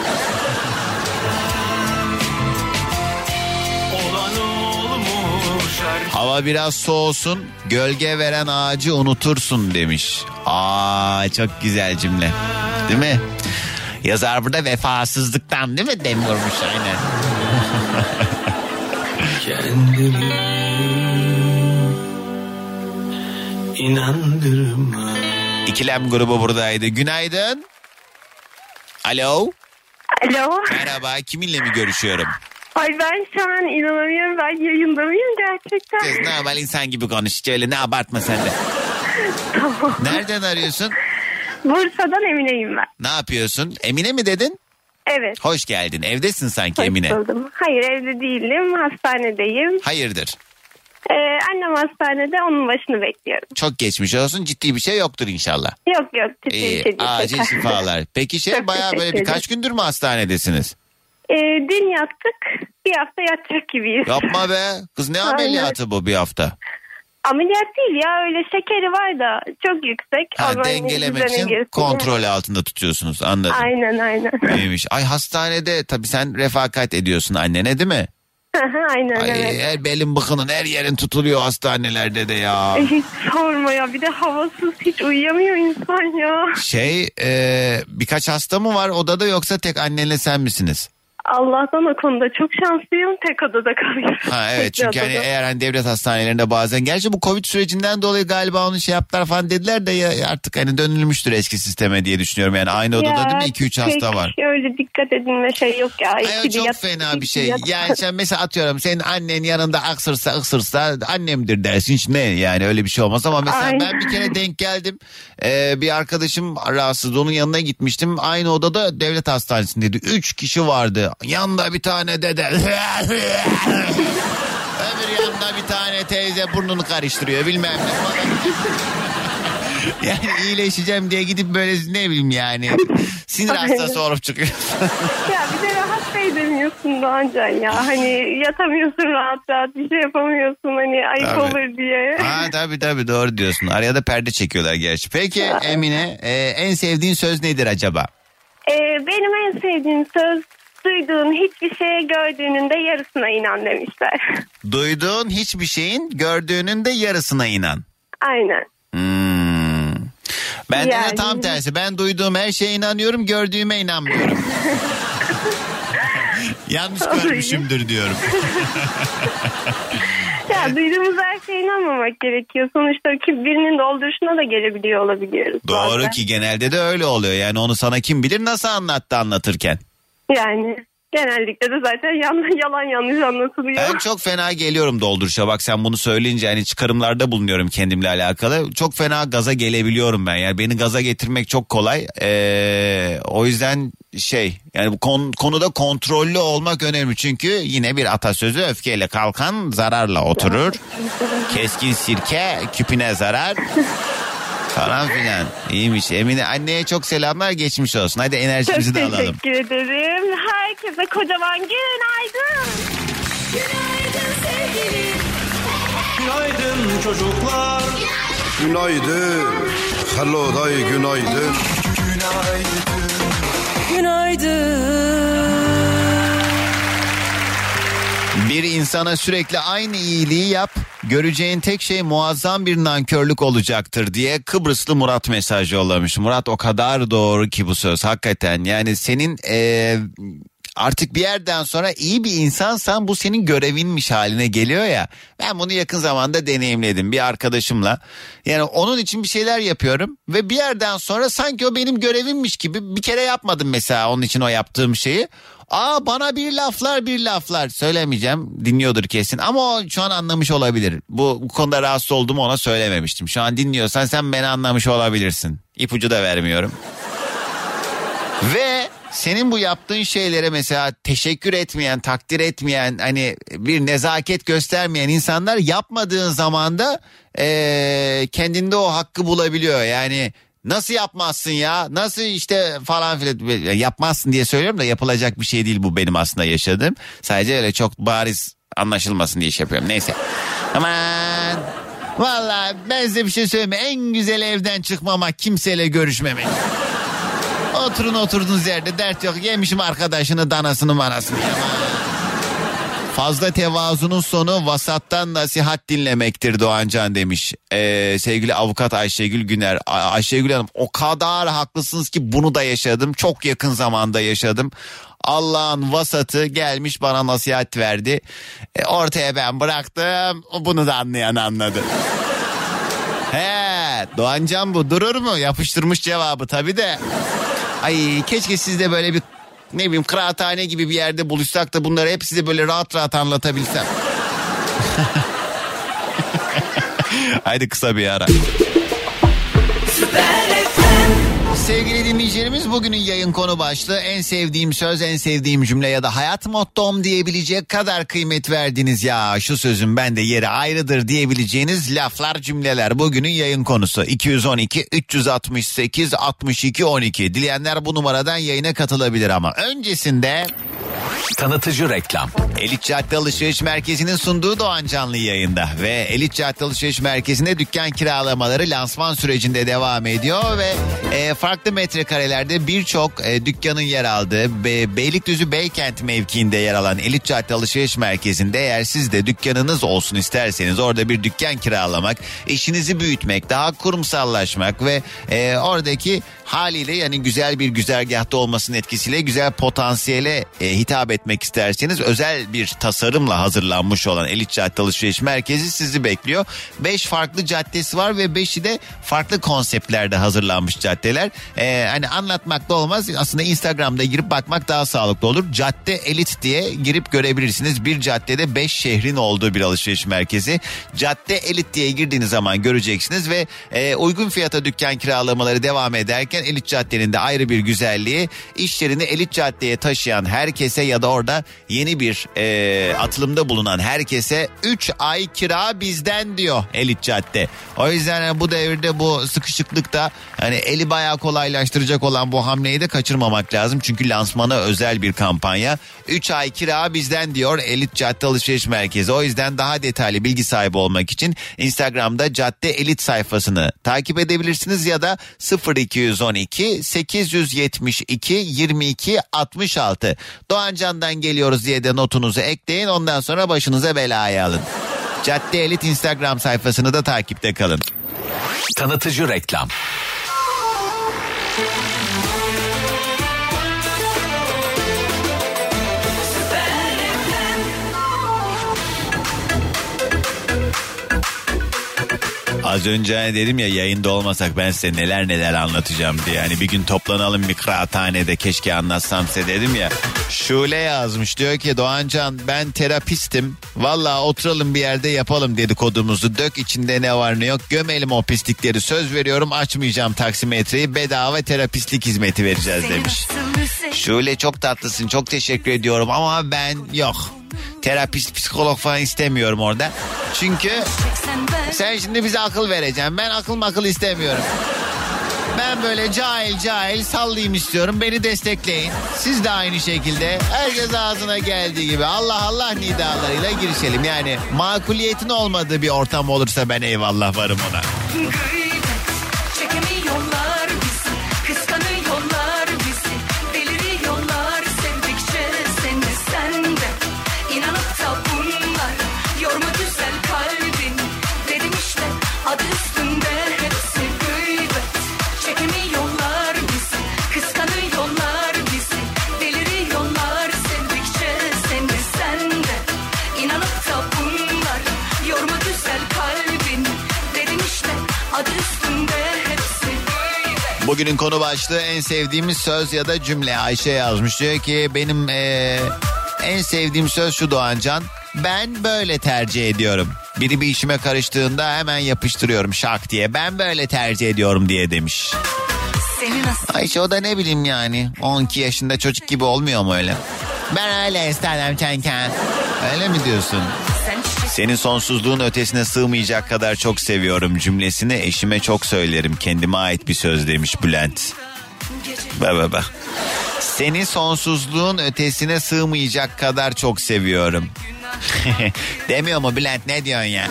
Hava biraz soğusun, gölge veren ağacı unutursun demiş. Aa, çok güzel cümle. Değil mi? Yazar burada vefasızlıktan değil mi dem vurmuş aynen. Kendimi inandırma. İkilem grubu buradaydı. Günaydın. Alo. Alo. Merhaba, kiminle mi görüşüyorum? Ay ben şu an inanamıyorum, ben yayında mıyım gerçekten? Kız normal insan gibi konuş, öyle ne abartma sen de. Tamam. Nereden arıyorsun? Bursa'dan Emine'yim ben. Ne yapıyorsun? Emine mi dedin? Evet. Hoş geldin. Evdesin sanki. Hoş Emine. buldum. Hayır, evde değilim, hastanedeyim. Hayırdır? Ee, annem hastanede, onun başını bekliyorum. Çok geçmiş olsun, ciddi bir şey yoktur inşallah. Yok yok, ciddi İyi, bir şey değil. acil şifalar. Peki şey bayağı böyle birkaç gündür mü hastanedesiniz? Ee, dün yattık, bir hafta yatacak gibiyiz. Yapma be. Kız ne ameliyatı bu bir hafta? Ameliyat değil ya, öyle şekeri var da çok yüksek. Ha, ama dengelemek için girsin. kontrol altında tutuyorsunuz, anladım. Aynen aynen. Neymiş? Ay hastanede tabii sen refakat ediyorsun annene değil mi? Aynen Ay, evet. her belin bıkının her yerin tutuluyor hastanelerde de ya. E, hiç sorma ya, bir de havasız hiç uyuyamıyor insan ya. Şey e, birkaç hasta mı var odada yoksa tek annenle sen misiniz? Allah'tan o konuda çok şanslıyım, tek odada kalıyorum. Ha evet, çünkü hani eğer hani devlet hastanelerinde bazen, gerçi bu Covid sürecinden dolayı galiba onu şey yaptılar falan dediler de ya artık hani dönülmüştür eski sisteme diye düşünüyorum. Yani aynı odada değil mi iki üç hasta var. Öyle dikkat edilme şey yok ya. Ay, çok yat, fena bir şey. Yat. Yani sen mesela atıyorum senin annen yanında aksırsa ıksırsa annemdir dersin, hiç ne yani öyle bir şey olmaz ama mesela aynen. Ben bir kere denk geldim. Ee, bir arkadaşım rahatsız, onun yanına gitmiştim. Aynı odada devlet hastanesindeydi. Üç kişi vardı. Yanında bir tane dede. Öbür yanında bir tane teyze burnunu karıştırıyor bilmem ne. Yani iyileşeceğim diye gidip böyle ne bileyim yani sinir hastası olup çıkıyor. Ya bir de rahat da edemiyorsun Doğancan ya. Hani yatamıyorsun rahat rahat, bir şey yapamıyorsun hani ayıp tabii. Olur diye. Ha tabii tabii doğru diyorsun. Araya da perde çekiyorlar gerçi. Peki Emine e, en sevdiğin söz nedir acaba? E, benim en sevdiğim söz, duyduğun hiçbir şeye gördüğünün de yarısına inan demişler. Duyduğun hiçbir şeyin gördüğünün de yarısına inan. Aynen. Hmm. Bende yani... de tam tersi. Ben duyduğum her şeye inanıyorum, gördüğüme inanmıyorum. Yanlış görmüşümdür diyorum. Ya duyduğumuz her şeye inanmamak gerekiyor. Sonuçta birinin dolduruşuna da gelebiliyor olabiliyoruz. Doğru bazen. Ki genelde de öyle oluyor. Yani onu sana kim bilir nasıl anlattı anlatırken. Yani genellikle de zaten yalan, yalan yanlış anlatılıyor. Ben çok fena geliyorum dolduruşa. Bak sen bunu söyleyince hani çıkarımlarda bulunuyorum kendimle alakalı. Çok fena gaza gelebiliyorum ben. Yani beni gaza getirmek çok kolay. Ee, o yüzden şey yani bu kon, konuda kontrollü olmak önemli. Çünkü yine bir atasözü, öfkeyle kalkan zararla oturur. Keskin sirke küpüne zarar. Falan filan. İyiymiş. Emine anneye çok selamlar, geçmiş olsun. Hadi enerjimizi Çok de alalım. teşekkür ederim. Herkese kocaman günaydın. Günaydın sevgilim. Günaydın çocuklar. Günaydın. Hello day günaydın. Günaydın. Bir insana sürekli aynı iyiliği yap, göreceğin tek şey muazzam bir nankörlük olacaktır diye Kıbrıslı Murat mesaj yollamış. Murat, o kadar doğru ki bu söz hakikaten. Yani senin ee, artık bir yerden sonra iyi bir insansan bu senin görevinmiş haline geliyor ya. Ben bunu yakın zamanda deneyimledim bir arkadaşımla. Yani onun için bir şeyler yapıyorum ve bir yerden sonra sanki o benim görevimmiş gibi, bir kere yapmadım mesela onun için o yaptığım şeyi. Aa, bana bir laflar bir laflar söylemeyeceğim, dinliyordur kesin ama o şu an anlamış olabilir. Bu, bu konuda rahatsız olduğumu ona söylememiştim. Şu an dinliyorsan sen beni anlamış olabilirsin. İpucu da vermiyorum. Ve senin bu yaptığın şeylere mesela teşekkür etmeyen, takdir etmeyen, hani bir nezaket göstermeyen insanlar yapmadığın zaman da ee, kendinde o hakkı bulabiliyor. Yani nasıl yapmazsın ya, nasıl işte falan filan, yapmazsın diye söylüyorum da yapılacak bir şey değil bu benim aslında yaşadığım. Sadece öyle çok bariz anlaşılmasın diye iş yapıyorum. Neyse. Aman. Vallahi ben size bir şey söyleyeyim. En güzel evden çıkmamak, kimseyle görüşmemek. Oturun oturduğunuz yerde, dert yok. Yemişim arkadaşını, danasını manasını. Fazla tevazunun sonu vasattan nasihat dinlemektir Doğancan demiş. Ee, sevgili avukat Ayşegül Güner. Ay- Ayşegül Hanım, o kadar haklısınız ki bunu da yaşadım. Çok yakın zamanda yaşadım. Allah'ın vasatı gelmiş bana nasihat verdi. E, ortaya ben bıraktım. Bunu da anlayan anladı. He, Doğancan bu durur mu? Yapıştırmış cevabı tabii de. Ay, keşke siz de böyle bir, ne bileyim, kıraathane gibi bir yerde buluşsak da bunları hep size böyle rahat rahat anlatabilsem. Haydi kısa bir ara. Sevgili dinleyicilerimiz, bugünün yayın konu başlığı en sevdiğim söz, en sevdiğim cümle ya da hayat mottom diyebilecek kadar kıymet verdiğiniz, ya şu sözün bende yeri ayrıdır diyebileceğiniz laflar, cümleler. Bugünün yayın konusu iki yüz on iki üç altı sekiz altmış iki on iki. Dileyenler bu numaradan yayına katılabilir ama öncesinde... Tanıtıcı reklam. Elit Cadde Alışveriş Merkezi'nin sunduğu Doğan Canlı yayında ve Elit Cadde Alışveriş Merkezi'nde dükkan kiralamaları lansman sürecinde devam ediyor ve e, farklı metrekarelerde birçok e, dükkanın yer aldığı Be- Beylikdüzü Beykent mevkiinde yer alan Elit Cadde Alışveriş Merkezi'nde eğer siz de dükkanınız olsun isterseniz, orada bir dükkan kiralamak, işinizi büyütmek, daha kurumsallaşmak ve e, oradaki haliyle yani güzel bir güzergahta olmasının etkisiyle güzel potansiyele e, hitap etmek isterseniz özel bir tasarımla hazırlanmış olan Elit Cadde Alışveriş Merkezi sizi bekliyor. Beş farklı caddesi var ve beşi de farklı konseptlerde hazırlanmış caddeler. Ee, hani anlatmakla olmaz. Aslında Instagram'da girip bakmak daha sağlıklı olur. Cadde Elit diye girip görebilirsiniz. Bir caddede beş şehrin olduğu bir alışveriş merkezi. Cadde Elit diye girdiğiniz zaman göreceksiniz ve e, uygun fiyata dükkan kiralamaları devam ederken Elit Cadde'nin de ayrı bir güzelliği, işlerini Elit Cadde'ye taşıyan herkese ya da orada yeni bir e, atılımda bulunan herkese üç ay kira bizden diyor Elit Cadde. O yüzden yani bu devirde, bu sıkışıklıkta hani eli bayağı kolaylaştıracak olan bu hamleyi de kaçırmamak lazım. Çünkü lansmana özel bir kampanya. üç ay kira bizden diyor Elit Cadde Alışveriş Merkezi. O yüzden daha detaylı bilgi sahibi olmak için Instagram'da Cadde Elit sayfasını takip edebilirsiniz ya da sıfır iki on iki sekiz yetmiş iki yirmi iki altmış altı Doğan Can'dan geliyoruz diye de notunuzu ekleyin, ondan sonra başınıza belaya alın. Cadde Elit Instagram sayfasını da takipte kalın. Tanıtıcı reklam. Az önce dedim ya yayında olmasak ben size neler neler anlatacağım diye. Yani bir gün toplanalım bir kıraathanede keşke anlatsam size dedim ya. Şule yazmış diyor ki Doğancan ben terapistim. Valla oturalım bir yerde yapalım dedikodumuzu. Dök içinde ne var ne yok gömelim o pislikleri. Söz veriyorum açmayacağım taksimetreyi bedava terapistlik hizmeti vereceğiz demiş. Şule çok tatlısın çok teşekkür ediyorum ama ben yok. Terapist, psikolog falan istemiyorum orada. Çünkü sen şimdi bize akıl vereceksin. Ben akıl makıl istemiyorum. Ben böyle cahil cahil sallayayım istiyorum. Beni destekleyin. Siz de aynı şekilde. Herkes ağzına geldiği gibi Allah Allah nidalarıyla girişelim. Yani makuliyetin olmadığı bir ortam olursa ben eyvallah varım ona. Çekemiyorlar bizi, kıskanıyorlar bizi, deliriyorlar sevdikçe seni sende. İnanıp da bunlar yorma güzel kalbin. Dedim işte adı üstünde hepsi gıybet. Çekemiyorlar bizi, kıskanıyorlar bizi, deliriyorlar sevdikçe seni sende. İnanıp da bunlar yorma güzel kalbin. Dedim işte adı üstünde hepsi gıybet. Bugünün konu başlığı en sevdiğimiz söz ya da cümle. Ayşe yazmış diyor ki benim ee, en sevdiğim söz şu Doğancan. Ben böyle tercih ediyorum. Biri bir işime karıştığında hemen yapıştırıyorum şak diye. Ben böyle tercih ediyorum diye demiş. Ayşe o da ne bileyim yani. on iki yaşında çocuk gibi olmuyor mu öyle? Ben öyle istedim çenken. Öyle mi diyorsun? Senin sonsuzluğun ötesine sığmayacak kadar çok seviyorum cümlesini eşime çok söylerim. Kendime ait bir söz demiş Bülent. Bak bak bak. Seni sonsuzluğun ötesine sığmayacak kadar çok seviyorum. Demiyor mu Bülent ne diyorsun ya?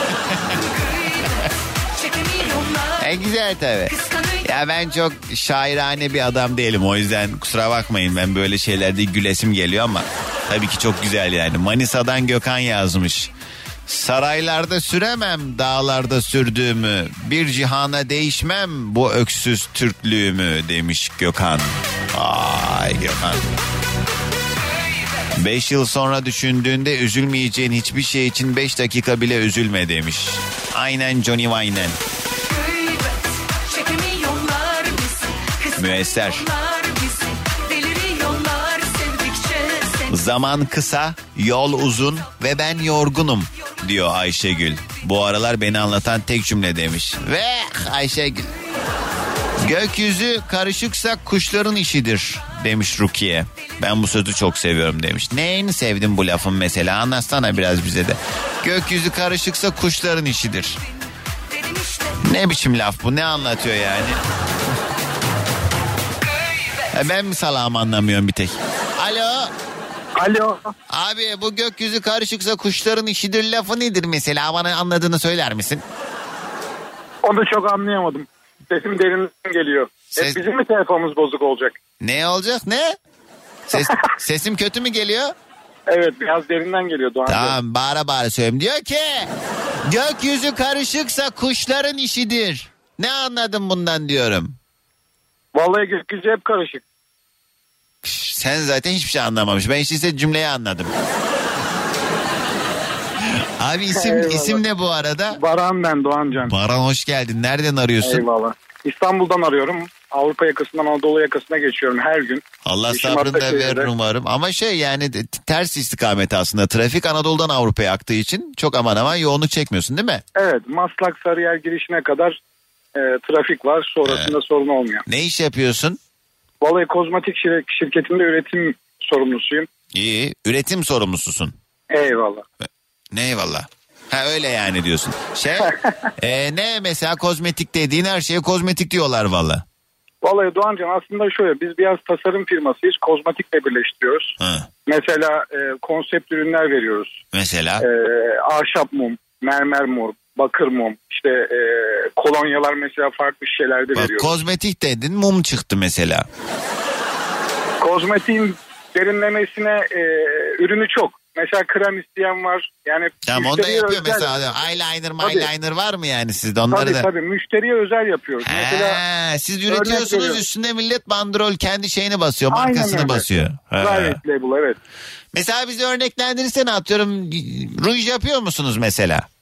E güzel tabii. Ya ben çok şairane bir adam değilim o yüzden kusura bakmayın ben böyle şeylerde gülesim geliyor ama tabii ki çok güzel yani. Manisa'dan Gökhan yazmış. Saraylarda süremem dağlarda sürdüğümü, bir cihana değişmem bu öksüz Türklüğümü demiş Gökhan. Ay Gökhan. Beş yıl sonra düşündüğünde üzülmeyeceğin hiçbir şey için beş dakika bile üzülme demiş. Aynen Johnny Wayne. Müesser. Zaman kısa, yol uzun ve ben yorgunum diyor Ayşegül. Bu aralar beni anlatan tek cümle demiş. Ve Ayşegül. Gökyüzü karışıksa kuşların işidir demiş Rukiye. Ben bu sözü çok seviyorum demiş. Neyini sevdin bu lafın mesela anlatsana biraz bize de. Gökyüzü karışıksa kuşların işidir. Ne biçim laf bu ne anlatıyor yani? Ben mi salağım anlamıyorum bir tek. Alo. Alo. Abi bu gökyüzü karışıksa kuşların işidir lafı nedir mesela bana anladığını söyler misin? Onu çok anlayamadım. Sesim derinden geliyor. Ses... E, bizim mi telefonumuz bozuk olacak? Ne olacak ne? Ses, sesim kötü mü geliyor? Evet biraz derinden geliyor Doğan. Tamam bağıra bağıra söyleyeyim. Diyor ki gökyüzü karışıksa kuşların işidir. Ne anladın bundan diyorum. Vallahi gökyüzü hep karışık. Sen zaten hiçbir şey anlamamış. Ben işte cümleyi anladım. Abi isim Eyvallah. isim ne bu arada? Baran ben Doğancan. Baran hoş geldin. Nereden arıyorsun? Eyvallah. İstanbul'dan arıyorum. Avrupa yakasından Anadolu yakasına geçiyorum her gün. Allah sabrını da verir umarım. Ama şey yani ters istikamet aslında. Trafik Anadolu'dan Avrupa'ya aktığı için çok aman aman yoğunluk çekmiyorsun değil mi? Evet. Maslak Sarıyer girişine kadar e, trafik var. Sonrasında ee, sorun olmuyor. Ne iş yapıyorsun? Vallahi kozmetik şir- şirketinde üretim sorumlusuyum. İyi. Üretim sorumlususun. Eyvallah. Ne eyvallah? Ha öyle yani diyorsun. Şey e, ne mesela kozmetik dediğin her şeye kozmetik diyorlar valla. Vallahi Doğancan aslında şöyle biz biraz tasarım firmasıyız. Kozmetikle birleştiriyoruz. Ha. Mesela e, konsept ürünler veriyoruz. Mesela? E, ahşap mum, mermer mum, bakır mum, işte e, kolonyalar mesela farklı şişelerde Bak, veriyoruz. Kozmetik dedin mum çıktı mesela. Kozmetiğin derinlemesine e, ürünü çok. Mesela krem isteyen var. Yani tamam onu da yapıyor özel... mesela. Eyeliner, eyeliner var mı yani sizde onları tabii, da? Tabii müşteriye özel yapıyoruz. He, mesela siz üretiyorsunuz üstüne millet bandrol kendi şeyini basıyor, markasını Aynen basıyor. Private label evet. Mesela bizi örneklendirirsen atıyorum ruj yapıyor musunuz mesela?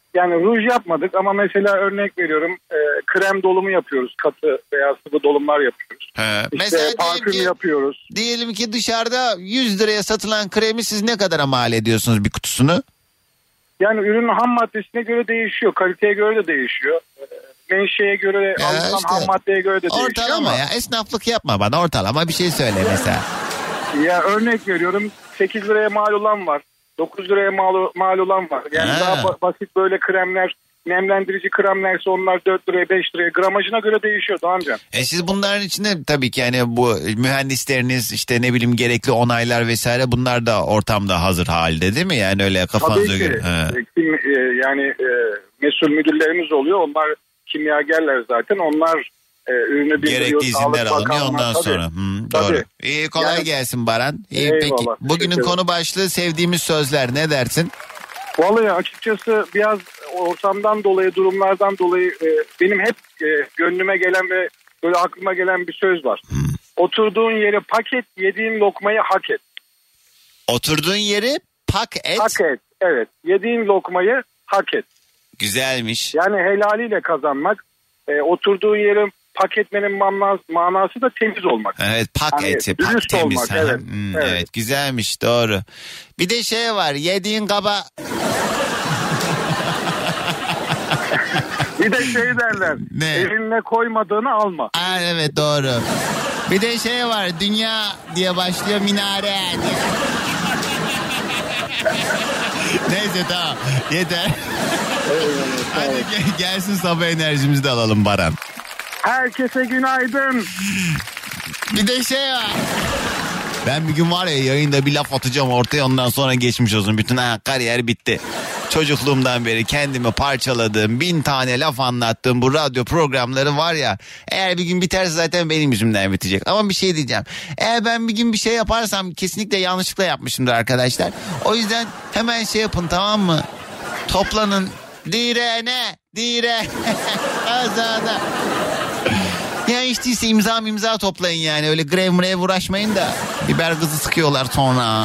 Yani ruj yapmadık ama mesela örnek veriyorum e, krem dolumu yapıyoruz. Katı veya sıvı dolumlar yapıyoruz. He. İşte Mesela parfüm diyelim ki, yapıyoruz. diyelim ki dışarıda yüz liraya satılan kremi siz ne kadara mal ediyorsunuz bir kutusunu? Yani ürünün ham maddesine göre değişiyor. Kaliteye göre de değişiyor. Menşeye göre, Ya alınan işte, ham maddeye göre de değişiyor. Ortalama ama. ya, esnaflık yapma bana, ortalama bir şey söyle mesela. Ya örnek veriyorum, sekiz liraya mal olan var. dokuz liraya mal, mal olan var. Yani Ha. daha ba- basit böyle kremler, nemlendirici kremlerse onlar dört liraya beş liraya, gramajına göre değişiyor Doğancan. E siz bunların içinde tabii ki yani bu mühendisleriniz işte ne bileyim gerekli onaylar vesaire bunlar da ortamda hazır halde değil mi? Yani öyle kafanıza Tabii ki. göre. He. E, kim, e, yani e, mesul müdürlerimiz oluyor. Onlar kimyagerler zaten. Onlar e, ürünü bildiriyor. Gerekli izinler Sağlık alınıyor Bakanlığı'na. ondan Tabii. sonra. Hı, Tabii. doğru. İyi, kolay Yani- gelsin Baran. İyi, Eyvallah, peki bugünün teşekkür konu başlığı sevdiğimiz sözler, ne dersin? Vallahi açıkçası biraz ortamdan dolayı, durumlardan dolayı e, benim hep e, gönlüme gelen ve böyle aklıma gelen bir söz var. Hmm. Oturduğun yeri pak et, yediğin lokmayı hak et. Oturduğun yeri pak et. Hak et, evet. Yediğin lokmayı hak et. Güzelmiş. Yani helaliyle kazanmak, e, oturduğun yeri pak etmenin manası, manası da temiz olmak. Evet, pak Hani eti, pak dürüst temiz. olmak, Ha, evet, hmm, evet. evet, güzelmiş, doğru. Bir de şey var, yediğin kaba... Bir de şey derler, Ne? elinle koymadığını alma. Aa, evet doğru. Bir de şey var, dünya diye başlıyor, minare diye. Neyse tamam, yeter. Hadi gel- gelsin sabah enerjimizi de alalım Baran. Herkese günaydın. Bir de şey var. Ben bir gün var ya yayında bir laf atacağım ortaya, ondan sonra geçmiş olsun. Bütün ha, kariyer bitti. Çocukluğumdan beri kendimi parçaladığım, bin tane laf anlattığım bu radyo programları var ya, eğer bir gün biterse zaten benim yüzümden bitecek. Ama bir şey diyeceğim. Eğer ben bir gün bir şey yaparsam kesinlikle yanlışlıkla yapmışımdır arkadaşlar. O yüzden hemen şey yapın, tamam mı? Toplanın. Direne, dire. Kazana. Ya işte ise imza imza toplayın yani. Öyle grev mrev uğraşmayın da. Biber kızı sıkıyorlar sonra.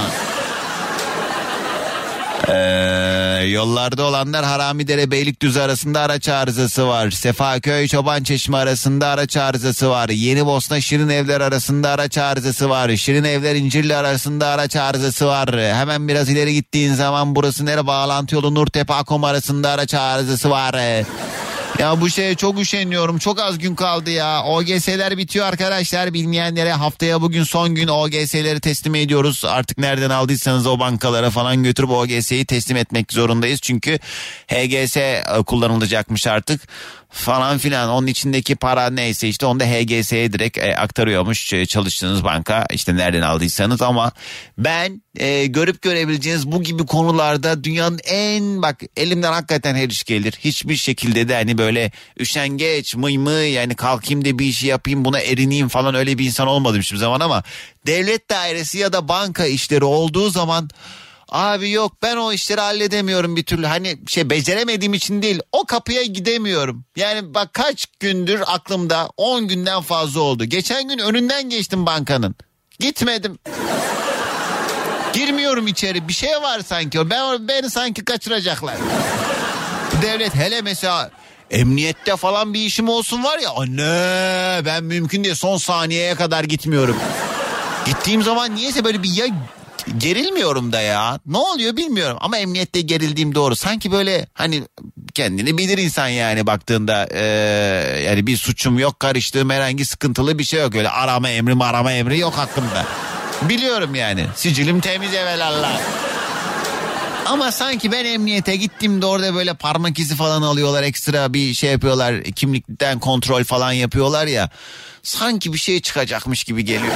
Ee, yollarda olanlar Haramidere Beylikdüzü arasında araç arızası var. Sefaköy Çobançeşme arasında araç arızası var. Yenibosna Şirinevler arasında araç arızası var. Şirinevler İncirli arasında araç arızası var. Hemen biraz ileri gittiğin zaman burası nere, bağlantı yolu Nurtepe Akom arasında araç arızası var. Ya bu şeye çok üşeniyorum. Çok az gün kaldı ya. O G S'ler bitiyor arkadaşlar. Bilmeyenlere haftaya bugün son gün O G S'leri teslim ediyoruz. Artık nereden aldıysanız o bankalara falan götürüp O G S'yi teslim etmek zorundayız. Çünkü H G S kullanılacakmış artık falan filan. Onun içindeki para neyse işte onu da H G S'ye direkt e, aktarıyormuş e, çalıştığınız banka, işte nereden aldıysanız. Ama ben e, görüp görebileceğiniz bu gibi konularda dünyanın en, bak elimden hakikaten her iş gelir. Hiçbir şekilde de hani böyle üşengeç mıy mıy yani kalkayım da bir işi yapayım buna erineyim falan, öyle bir insan olmadım hiçbir zaman. Ama devlet dairesi ya da banka işleri olduğu zaman abi yok, ben o işleri halledemiyorum bir türlü. Hani şey beceremediğim için değil, o kapıya gidemiyorum. Yani bak kaç gündür aklımda, on günden fazla oldu. Geçen gün önünden geçtim bankanın. Gitmedim. Girmiyorum içeri, bir şey var sanki. Ben, beni sanki kaçıracaklar. Devlet hele mesela emniyette falan bir işim olsun var ya, anne ben mümkün değil, son saniyeye kadar gitmiyorum. Gittiğim zaman niyeyse böyle bir ya gerilmiyorum da ya. Ne oluyor bilmiyorum ama emniyette gerildiğim doğru. Sanki böyle hani kendini bilir insan yani baktığında ee, yani bir suçum yok, karıştığım herhangi sıkıntılı bir şey yok. Öyle arama emri arama emri yok hakkımda. Biliyorum yani, sicilim temiz evelallah. Ama sanki ben emniyete gittiğimde orada böyle parmak izi falan alıyorlar, ekstra bir şey yapıyorlar, kimlikten kontrol falan yapıyorlar ya. Sanki bir şey çıkacakmış gibi geliyor.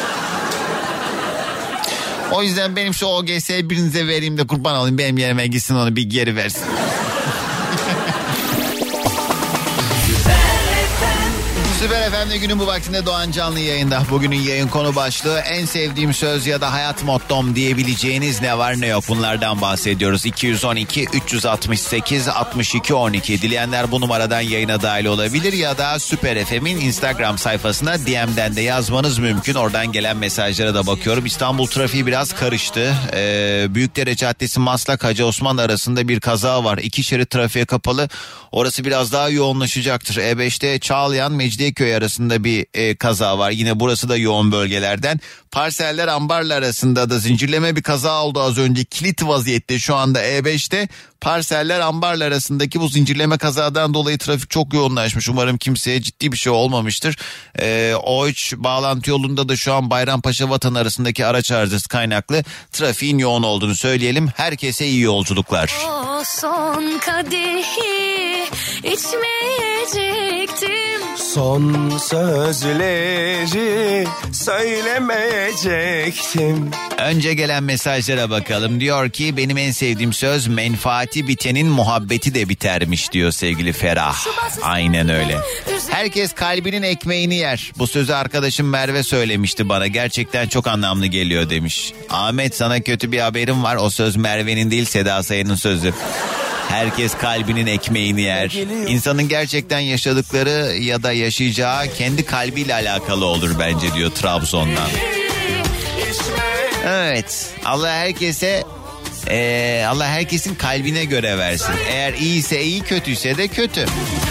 O yüzden benim şu O G S'yi birinize vereyim de kurban olayım, benim yerime gitsin, onu bir geri versin. Süper F M'de günün bu vaktinde Doğan canlı yayında. Bugünün yayın konu başlığı en sevdiğim söz ya da hayat mottom diyebileceğiniz ne var ne yok, bunlardan bahsediyoruz. iki yüz on iki üç altı sekiz altmış iki on iki dileyenler bu numaradan yayına dahil olabilir ya da Süper F M'in Instagram sayfasına D M'den de yazmanız mümkün. Oradan gelen mesajlara da bakıyorum. İstanbul trafiği biraz karıştı. Ee, Büyükdere Caddesi Maslak Hacı Osman arasında bir kaza var. İki şerit trafiğe kapalı. Orası biraz daha yoğunlaşacaktır. E beşte Çağlayan Mecidiyeköy arasında bir e, kaza var. Yine burası da yoğun bölgelerden. Parseller Ambarlı arasında da zincirleme bir kaza oldu az önce. Kilit vaziyette şu anda E beşte. Parseller Ambarlı arasındaki bu zincirleme kazadan dolayı trafik çok yoğunlaşmış. Umarım kimseye ciddi bir şey olmamıştır. Ee, O üç bağlantı yolunda da şu an Bayrampaşa Vatan arasındaki araç arızası kaynaklı trafiğin yoğun olduğunu söyleyelim. Herkese iyi yolculuklar. O son kadehi içmeyecektim. Son sözleri söylemeyecektim. Önce gelen mesajlara bakalım. Diyor ki benim en sevdiğim söz menfaati bitenin muhabbeti de bitermiş diyor sevgili Ferah. Aynen öyle. Herkes kalbinin ekmeğini yer. Bu sözü arkadaşım Merve söylemişti bana. Gerçekten çok anlamlı geliyor demiş. Ahmet sana kötü bir haberim var. O söz Merve'nin değil Seda Sayan'ın sözü. Herkes kalbinin ekmeğini yer. İnsanın gerçekten yaşadıkları ya da yaşayacağı kendi kalbiyle alakalı olur bence diyor Trabzon'dan. Evet, Allah herkese ee, Allah herkesin kalbine göre versin. Eğer iyiyse iyi, kötüyse de kötü.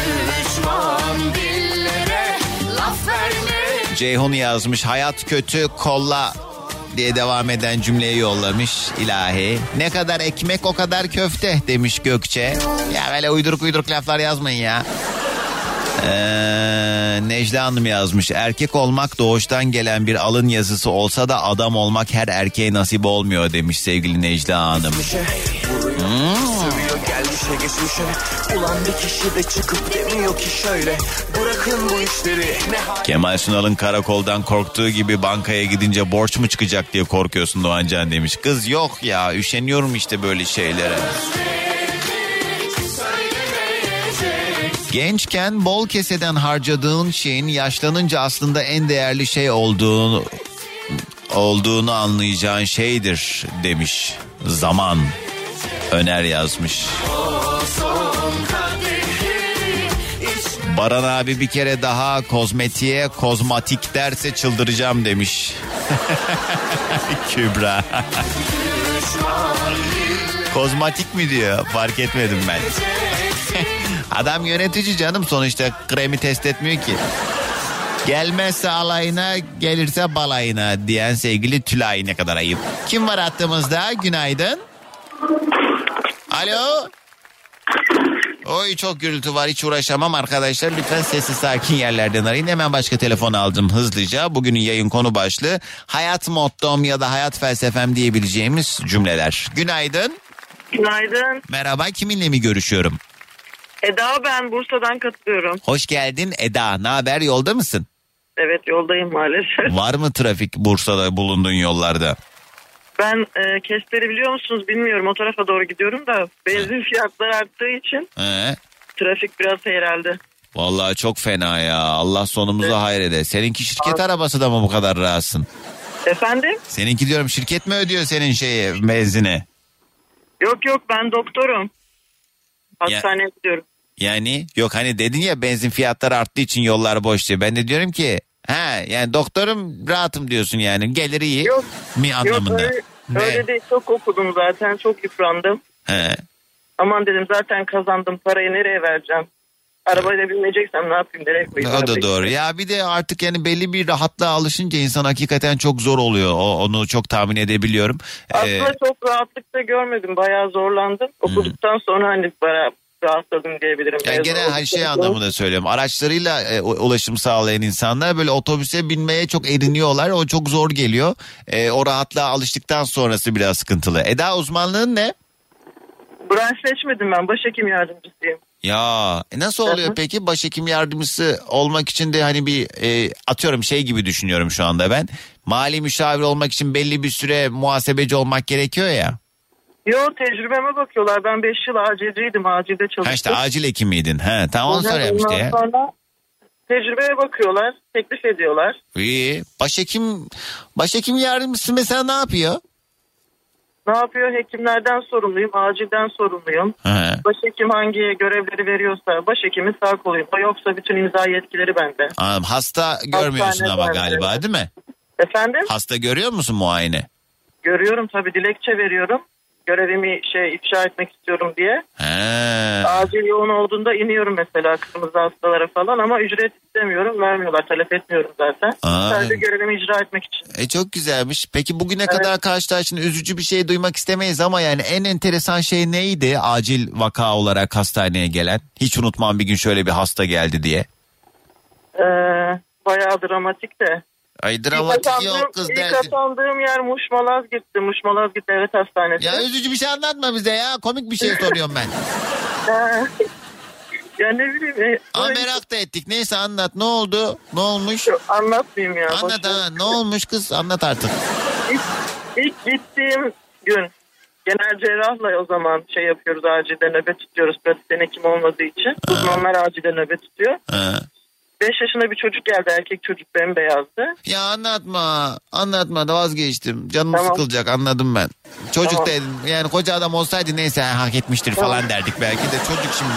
Ceyhun yazmış, hayat kötü kolla diye devam eden cümleyi yollamış ilahi. Ne kadar ekmek o kadar köfte demiş Gökçe. Ya böyle uyduruk uyduruk laflar yazmayın ya. Ee, Necla Hanım yazmış, erkek olmak doğuştan gelen bir alın yazısı olsa da adam olmak her erkeğe nasip olmuyor demiş sevgili Necla Hanım. Hmm. Kemal Sunal'ın karakoldan korktuğu gibi bankaya gidince borç mu çıkacak diye korkuyorsun Doğancan demiş. Kız yok ya, üşeniyorum işte böyle şeylere. Gençken bol keseden harcadığın şeyin yaşlanınca aslında en değerli şey olduğunu olduğunu anlayacağın şeydir demiş. Zaman. Öner yazmış. Baran abi bir kere daha kozmetiğe kozmatik derse çıldıracağım demiş. Kübra. Kozmatik mi diyor? Fark etmedim ben. Adam yönetici canım, sonuçta kremi test etmiyor ki. Gelmezse alayına, gelirse balayına diyen sevgili Tülay, ne kadar ayıp. Kim var hattımızda? Günaydın. Alo. Oy çok gürültü var, hiç uğraşamam arkadaşlar. Lütfen sessiz sakin yerlerden arayın. Hemen başka telefon aldım hızlıca. Bugünün yayın konu başlığı hayat mottom ya da hayat felsefem diyebileceğimiz cümleler. Günaydın. Günaydın. Merhaba, kiminle mi görüşüyorum? Eda, ben Bursa'dan katılıyorum. Hoş geldin Eda. Ne haber, yolda mısın? Evet, yoldayım maalesef. Var mı trafik Bursa'da bulunduğun yollarda? Ben e, Kestel'i biliyor musunuz bilmiyorum, o tarafa doğru gidiyorum da benzin fiyatları arttığı için He. trafik biraz seyreldi. Vallahi çok fena ya, Allah sonumuzu evet. hayrede. Seninki şirket Aa. arabası da mı bu kadar rahatsın? Efendim? Seninki diyorum, şirket mi ödüyor senin şeyi, benzini? Yok yok, ben doktorum. Hastaneye gidiyorum. Yani yok, hani dedin ya benzin fiyatları arttığı için yollar boş diye. Ben de diyorum ki ha yani doktorum, rahatım diyorsun yani, geliri iyi yok, mi anlamında? Yok öyle, öyle değil, çok okudum zaten, çok yıprandım. He. Aman dedim, zaten kazandım parayı, nereye vereceğim? Arabayla binmeyeceksem ne yapayım, direkt mi? O da doğru ya, bir de artık yani belli bir rahatlığa alışınca insan hakikaten çok zor oluyor, o, onu çok tahmin edebiliyorum. Aslında ee... çok rahatlıkta görmedim, bayağı zorlandım. Okuduktan hmm. sonra hani bayağı rahatladım diyebilirim. Yani genel her şey anlamında söylüyorum. Araçlarıyla e, ulaşım sağlayan insanlar böyle otobüse binmeye çok eriniyorlar. O çok zor geliyor. E, o rahatlığa alıştıktan sonrası biraz sıkıntılı. Eda, uzmanlığın ne? Branş seçmedim ben. Başhekim yardımcısıyım. Ya e nasıl oluyor Hı-hı. peki? Başhekim yardımcısı olmak için de hani bir e, atıyorum şey gibi düşünüyorum şu anda ben. Mali müşavir olmak için belli bir süre muhasebeci olmak gerekiyor ya. Yo, tecrübeme bakıyorlar. Ben beş yıl acilciydim. Acilde çalıştım. Ha işte acil hekimiydin. He, tamam onu soruyorum işte ya. Sonra tecrübeye bakıyorlar, teklif ediyorlar. İyi. Başhekim, başhekim yardımcısı mesela ne yapıyor? Ne yapıyor? Hekimlerden sorumluyum, acilden sorumluyum. He. Başhekim hangi görevleri veriyorsa başhekimin sağ koluyum. O yoksa bütün imza yetkileri bende. Anladım. Hasta görmüyorsun ama galiba değil mi? Efendim? Hasta görüyor musun muayene? Görüyorum tabii, dilekçe veriyorum. Görevimi şey ifşa etmek istiyorum diye. He. Acil yoğun olduğunda iniyorum mesela kırmızı hastalara falan ama ücret istemiyorum, vermiyorlar, talep etmiyorum zaten. Aa. Sadece görevimi icra etmek için. E çok güzelmiş. Peki bugüne Evet. kadar karşılaştığın üzücü bir şey duymak istemeyiz ama yani en enteresan şey neydi acil vaka olarak hastaneye gelen? Hiç unutmam bir gün şöyle bir hasta geldi diye. Ee, bayağı dramatik de. Ay dramatik İlk yok kız ilk derdin. atandığım yer Muş Malazgirt'ti. Muş Malazgirt Devlet Hastanesi. Ya üzücü bir şey anlatma bize ya. Komik bir şey soruyorum ben. Ya ne bileyim. E, Ama merak da ettik. Neyse anlat. Ne oldu? Ne olmuş? Anlatmayayım ya. Anlat ha. Ne olmuş kız? Anlat artık. İlk, ilk gittiğim gün genel cerrahla o zaman şey yapıyoruz, acilde nöbet tutuyoruz. Pratisyen hekim olmadığı için. Uzmanlar acilde nöbet tutuyor. Ha. beş yaşında bir çocuk geldi, erkek çocuk, bembeyazdı. Ya anlatma. Anlatma da vazgeçtim. Canım Tamam. sıkılacak, anladım ben. Çocuk Tamam. dedim. Yani koca adam olsaydı neyse hak etmiştir Tamam. falan derdik belki de. Çocuk şimdi.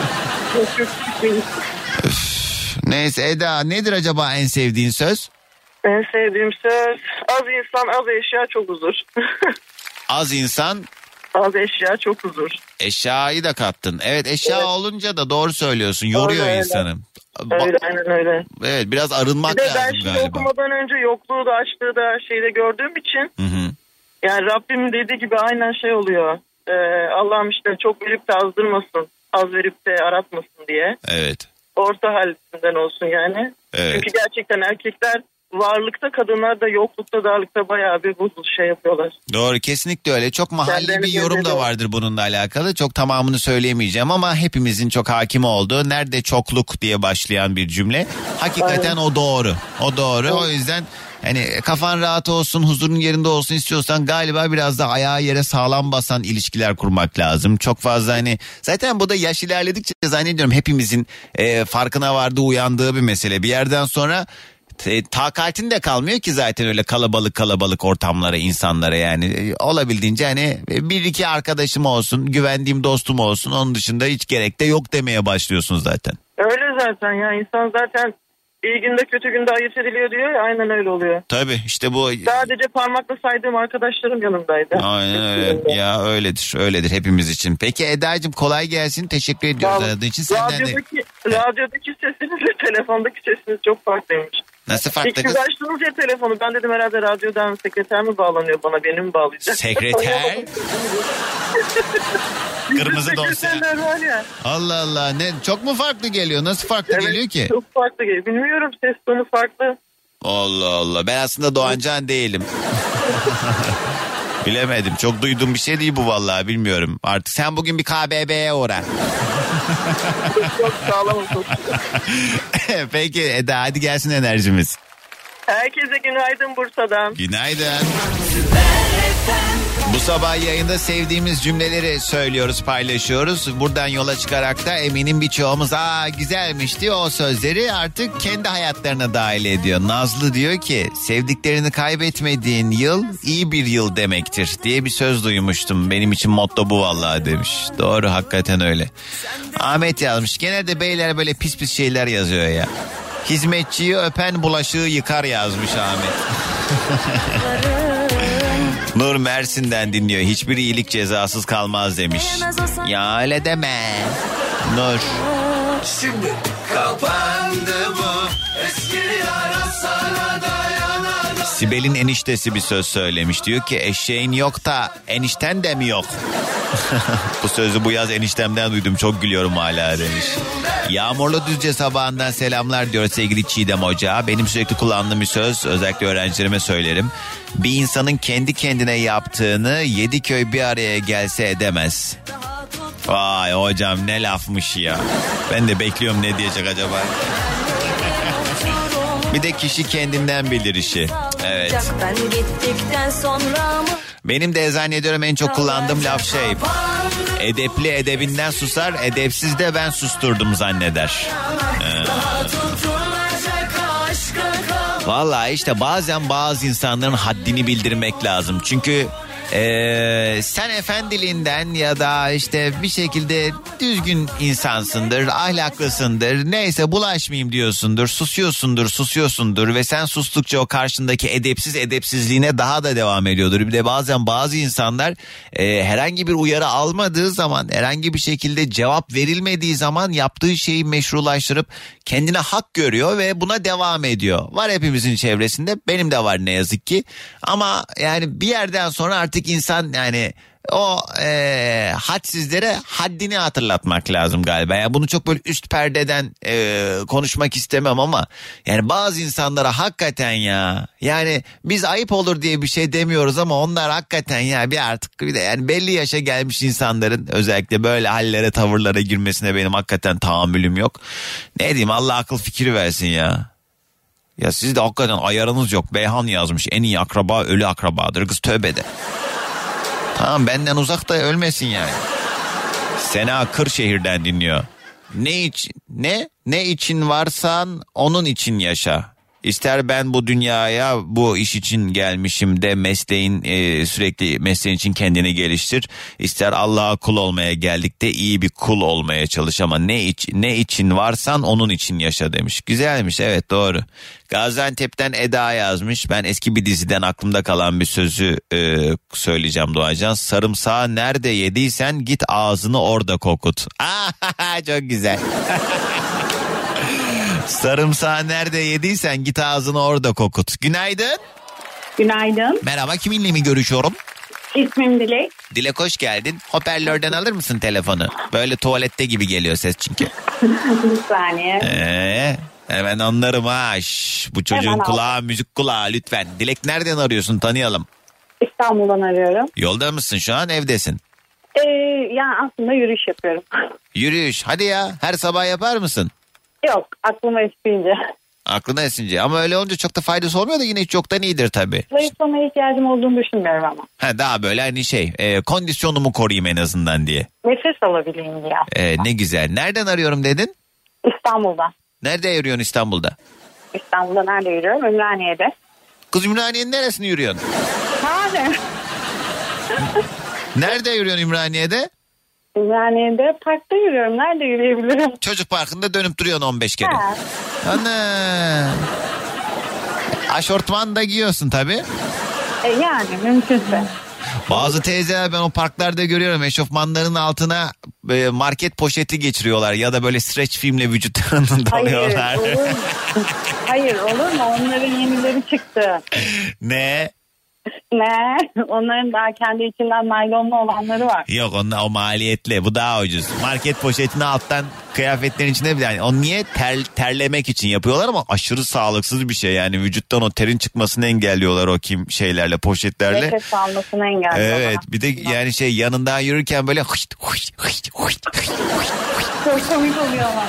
Üf, neyse Eda, nedir acaba en sevdiğin söz? En sevdiğim söz, az insan az eşya çok huzur. Az insan Az eşya çok huzur. eşyayı da kattın. Evet, eşya Evet. olunca da doğru söylüyorsun. Yoruyor Öyle, insanı. Öyle, aynen öyle. Evet, biraz arınmak Bir de ben lazım şimdi galiba. okumadan önce yokluğu da açlığı da şeyde gördüğüm için Hı hı. yani Rabbimin dediği gibi aynen şey oluyor. Ee, Allah'ım işte çok verip de azdırmasın, az verip de aratmasın diye. Evet. Orta halinden olsun yani. Evet. Çünkü gerçekten erkekler varlıkta, kadınlar da yoklukta, darlıkta bayağı bir buzul şey yapıyorlar. Doğru, kesinlikle öyle. Çok mahalli Kendilerini bir yorum da gönderiyor. vardır bununla alakalı. Çok tamamını söyleyemeyeceğim ama hepimizin çok hakim olduğu nerede çokluk diye başlayan bir cümle. Hakikaten Aynen. o doğru. O doğru. Evet. O yüzden hani kafan rahat olsun, huzurun yerinde olsun istiyorsan galiba biraz da ayağı yere sağlam basan ilişkiler kurmak lazım. Çok fazla hani zaten bu da yaş ilerledikçe zannediyorum hepimizin e, farkına vardığı, uyandığı bir mesele. Bir yerden sonra E, takatin de kalmıyor ki zaten öyle kalabalık kalabalık ortamlara, insanlara yani. E, olabildiğince hani bir iki arkadaşım olsun, güvendiğim dostum olsun, onun dışında hiç gerek de yok demeye başlıyorsun zaten. Öyle zaten ya, insan zaten iyi günde kötü günde ayırt ediliyor diyor ya, aynen öyle oluyor. Tabii işte bu. Sadece parmakla saydığım arkadaşlarım yanımdaydı. Aynen öyle ya, öyledir öyledir hepimiz için. Peki Eda'cığım, kolay gelsin, teşekkür ediyoruz Sağ olun. aradığın için. Senden de Radyodaki, radyodaki sesinizle telefondaki sesiniz çok farklıymış. nasıl farklı İlk kız? siz açtınız ya telefonu, ben dedim herhalde radyodan sekreter mi bağlanıyor bana, beni mi bağlayacak? Sekreter? Kırmızı dosya. Sekreterler var ya. Allah Allah, ne çok mu farklı geliyor? Nasıl farklı Evet, geliyor ki? çok farklı geliyor. Bilmiyorum, ses tonu farklı. Allah Allah, ben aslında Doğancan değilim. Bilemedim, çok duyduğum bir şey değil bu vallahi, bilmiyorum. Artık sen bugün bir K B B'ye uğra. Çok sağlam olsun. Peki Eda, hadi gelsin enerjimiz. Herkese günaydın Bursa'dan. Günaydın. Bu sabah yayında sevdiğimiz cümleleri söylüyoruz, paylaşıyoruz. Buradan yola çıkarak da eminim birçoğumuz aa güzelmiş diyor, o sözleri artık kendi hayatlarına dahil ediyor. Nazlı diyor ki sevdiklerini kaybetmediğin yıl iyi bir yıl demektir diye bir söz duymuştum. Benim için motto bu vallahi demiş. Doğru, hakikaten öyle. Ahmet yazmış, genelde beyler böyle pis pis şeyler yazıyor ya. Hizmetçiyi öpen bulaşığı yıkar yazmış Ahmet. Nur Mersin'den dinliyor. Hiçbir iyilik cezasız kalmaz demiş. Ya öyle deme Nur. Şimdi kapandı bu eski yara, sana dayanamam. Sibel'in eniştesi bir söz söylemiş. Diyor ki eşeğin yok da enişten de mi yok? Bu sözü bu yaz eniştemden duydum. Çok gülüyorum hala demiş. Yağmurlu Düzce sabahından selamlar diyor sevgili Çiğdem Hoca. Benim sürekli kullandığım bir söz, özellikle öğrencilerime söylerim. Bir insanın kendi kendine yaptığını yedi köy bir araya gelse edemez. Vay hocam, ne lafmış ya. Ben de bekliyorum ne diyecek acaba. Bir de kişi kendinden bilir işi. Evet. Ben gittikten sonra mı? Benim de zannediyorum en çok kullandığım laf şey. Edepli edebinden susar, edepsiz de ben susturdum zanneder. Ee. Vallahi işte bazen bazı insanların haddini bildirmek lazım. Çünkü Ee, sen efendiliğinden ya da işte bir şekilde düzgün insansındır, ahlaklısındır, neyse bulaşmayayım diyorsundur, susuyorsundur, susuyorsundur ve sen sustukça o karşındaki edepsiz edepsizliğine daha da devam ediyordur. Bir de bazen bazı insanlar e, herhangi bir uyarı almadığı zaman, herhangi bir şekilde cevap verilmediği zaman yaptığı şeyi meşrulaştırıp kendine hak görüyor ve buna devam ediyor. Var hepimizin çevresinde, benim de var ne yazık ki, ama yani bir yerden sonra artık insan yani o e, hadsizlere haddini hatırlatmak lazım galiba. Yani bunu çok böyle üst perdeden e, konuşmak istemem ama yani bazı insanlara hakikaten ya, yani biz ayıp olur diye bir şey demiyoruz ama onlar hakikaten ya bir artık bir de yani belli yaşa gelmiş insanların özellikle böyle hallere, tavırlara girmesine benim hakikaten tahammülüm yok. Ne diyeyim, Allah akıl fikri versin ya. Ya siz de hakikaten ayarınız yok. Beyhan yazmış, en iyi akraba ölü akrabadır. Kız tövbe de. Tamam, benden uzak da ölmesin yani. Sena Kırşehir'den dinliyor. Ne için, ne? Ne için varsan onun için yaşa. İster ben bu dünyaya bu iş için gelmişim de mesleğin e, sürekli mesleğin için kendini geliştir. İster Allah'a kul olmaya geldik de iyi bir kul olmaya çalış ama ne iç, ne için varsan onun için yaşa demiş. Güzelmiş, evet doğru. Gaziantep'ten Eda yazmış. Ben eski bir diziden aklımda kalan bir sözü e, söyleyeceğim Doğacan. Sarımsağı nerede yediysen git ağzını orada kokut. Çok güzel. Sarımsağı nerede yediysen git ağzını orada kokut. Günaydın. Günaydın. Merhaba, kiminle mi görüşüyorum? İsmim Dilek. Dilek, hoş geldin. Hoparlörden alır mısın telefonu? Böyle tuvalette gibi geliyor ses çünkü. Bir saniye. Ee, hemen anlarım ha. Şş, bu çocuğun Hemen kulağı al. Müzik kulağı lütfen. Dilek, nereden arıyorsun, tanıyalım. İstanbul'dan arıyorum. Yolda mısın şu an, evdesin? Ee, yani aslında yürüyüş yapıyorum. Yürüyüş, hadi ya, her sabah yapar mısın? Yok, aklıma esince. Aklına esince, ama öyle olunca çok da faydası olmuyor da yine hiç yoktan iyidir tabii. Zayıflamaya ihtiyacım olduğunu düşünmüyorum ama. Ha, daha böyle hani şey e, kondisyonumu koruyayım en azından diye. Nefes alabileyim diye. E, ne güzel. Nereden arıyorum dedin? İstanbul'dan. Nerede yürüyorsun İstanbul'da? İstanbul'da nerede yürüyorum? Ümraniye'de. Kız, Ümraniye'nin neresini yürüyorsun? Nerede? Nerede yürüyorsun Ümraniye'de? Ümraniye'de parkta yürüyorum. Nerede yürüyebilirim? Çocuk parkında dönüp duruyorsun on beş kere. Ha. Ana. Aşortman da giyiyorsun tabii. E yani mümkünse. Bazı teyzeler ben o parklarda görüyorum, eşofmanların altına market poşeti geçiriyorlar ya da böyle streç filmle vücutlarını dalıyorlar. Hayır olur mu? Hayır olur mu? Onların yenileri çıktı. Ne? Ne? Onların daha kendi içinden naylonlu olanları var. Yok, onun, o maliyetli, bu daha ucuz. Market poşetini alttan kıyafetlerin içine, yani o niye ter, terlemek için yapıyorlar ama aşırı sağlıksız bir şey yani, vücuttan o terin çıkmasını engelliyorlar o kim şeylerle, poşetlerle. Nefes almasını engelliyorlar. Evet, bir de yani şey yanından yürürken böyle hışt hışt hışt hışt hışt. Çok komik oluyorlar.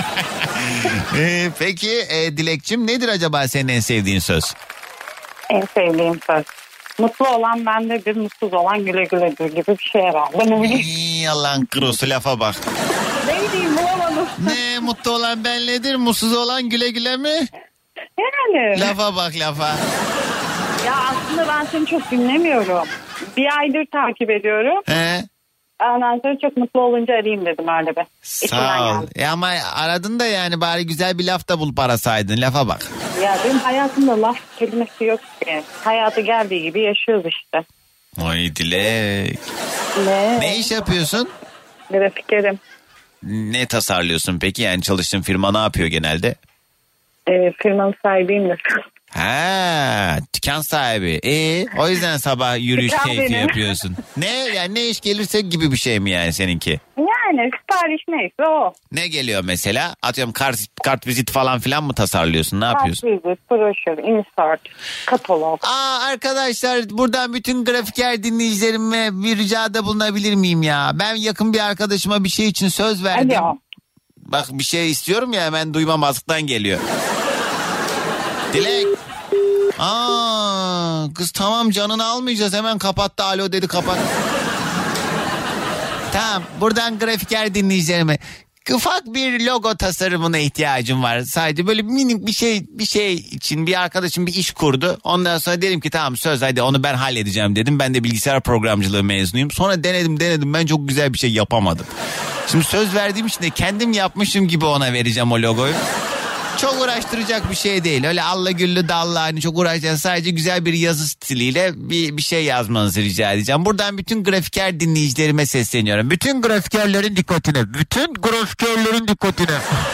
ee, peki e, Dilekçim, nedir acaba senin en sevdiğin söz? En sevdiğim söz. Mutlu olan bendedir, mutsuz olan güle güledir gibi bir şey herhalde. Yalan kırosu, lafa bak. Ne diyeyim, bulamadım. Ne, mutlu olan benledir, mutsuz olan güle güle mi? Yani. Lafa bak lafa. Ya aslında ben seni çok dinlemiyorum. Bir aydır takip ediyorum. He. Ondan sonra çok mutlu olunca arayayım dedim öyle bir. Sağ ol. E ama aradın da yani bari güzel bir laf da bul parasaydın, lafa bak. Ya benim hayatımda laf kelimesi yok ki. Hayatı geldiği gibi yaşıyoruz işte. Ay Dilek. Ne? Ne iş yapıyorsun? Grafikerim. Ne tasarlıyorsun peki, yani çalıştığın firma ne yapıyor genelde? E, firmanın sahibiyim de. Ha, dükkan sahibi. E, o yüzden sabah yürüyüş Dükkan keyfi benim. yapıyorsun. Ne yani, ne iş gelirse gibi bir şey mi yani seninki? Yani sipariş neyse o. Ne geliyor mesela? Atıyorum kart, kart vizit falan filan mı tasarlıyorsun? Ne yapıyorsun? Kart vizit, broşür, insert, katalog. Aa arkadaşlar, buradan bütün grafiker dinleyicilerime bir ricada bulunabilir miyim ya? Ben yakın bir arkadaşıma bir şey için söz verdim. Alo. Bak bir şey istiyorum ya, hemen duymamazlıktan geliyor. Dilek. Aa kız, tamam canını almayacağız, hemen kapattı, alo dedi, kapat. Tamam, buradan grafiker dinleyicilerime ufak bir logo tasarımına ihtiyacım var. Sadece böyle minik bir şey bir şey için bir arkadaşım bir iş kurdu. Ondan sonra dedim ki tamam söz hadi onu ben halledeceğim dedim. Ben de bilgisayar programcılığı mezunuyum. Sonra denedim denedim ben çok güzel bir şey yapamadım. Şimdi söz verdiğim için de kendim yapmışım gibi ona vereceğim o logoyu. Çok uğraştıracak bir şey değil. Öyle alla güllü dalla hani çok uğraşacağız. Sadece güzel bir yazı stiliyle bir, bir şey yazmanızı rica edeceğim. Buradan bütün grafiker dinleyicilerime sesleniyorum. Bütün grafikerlerin dikkatine. Bütün grafikerlerin dikkatine.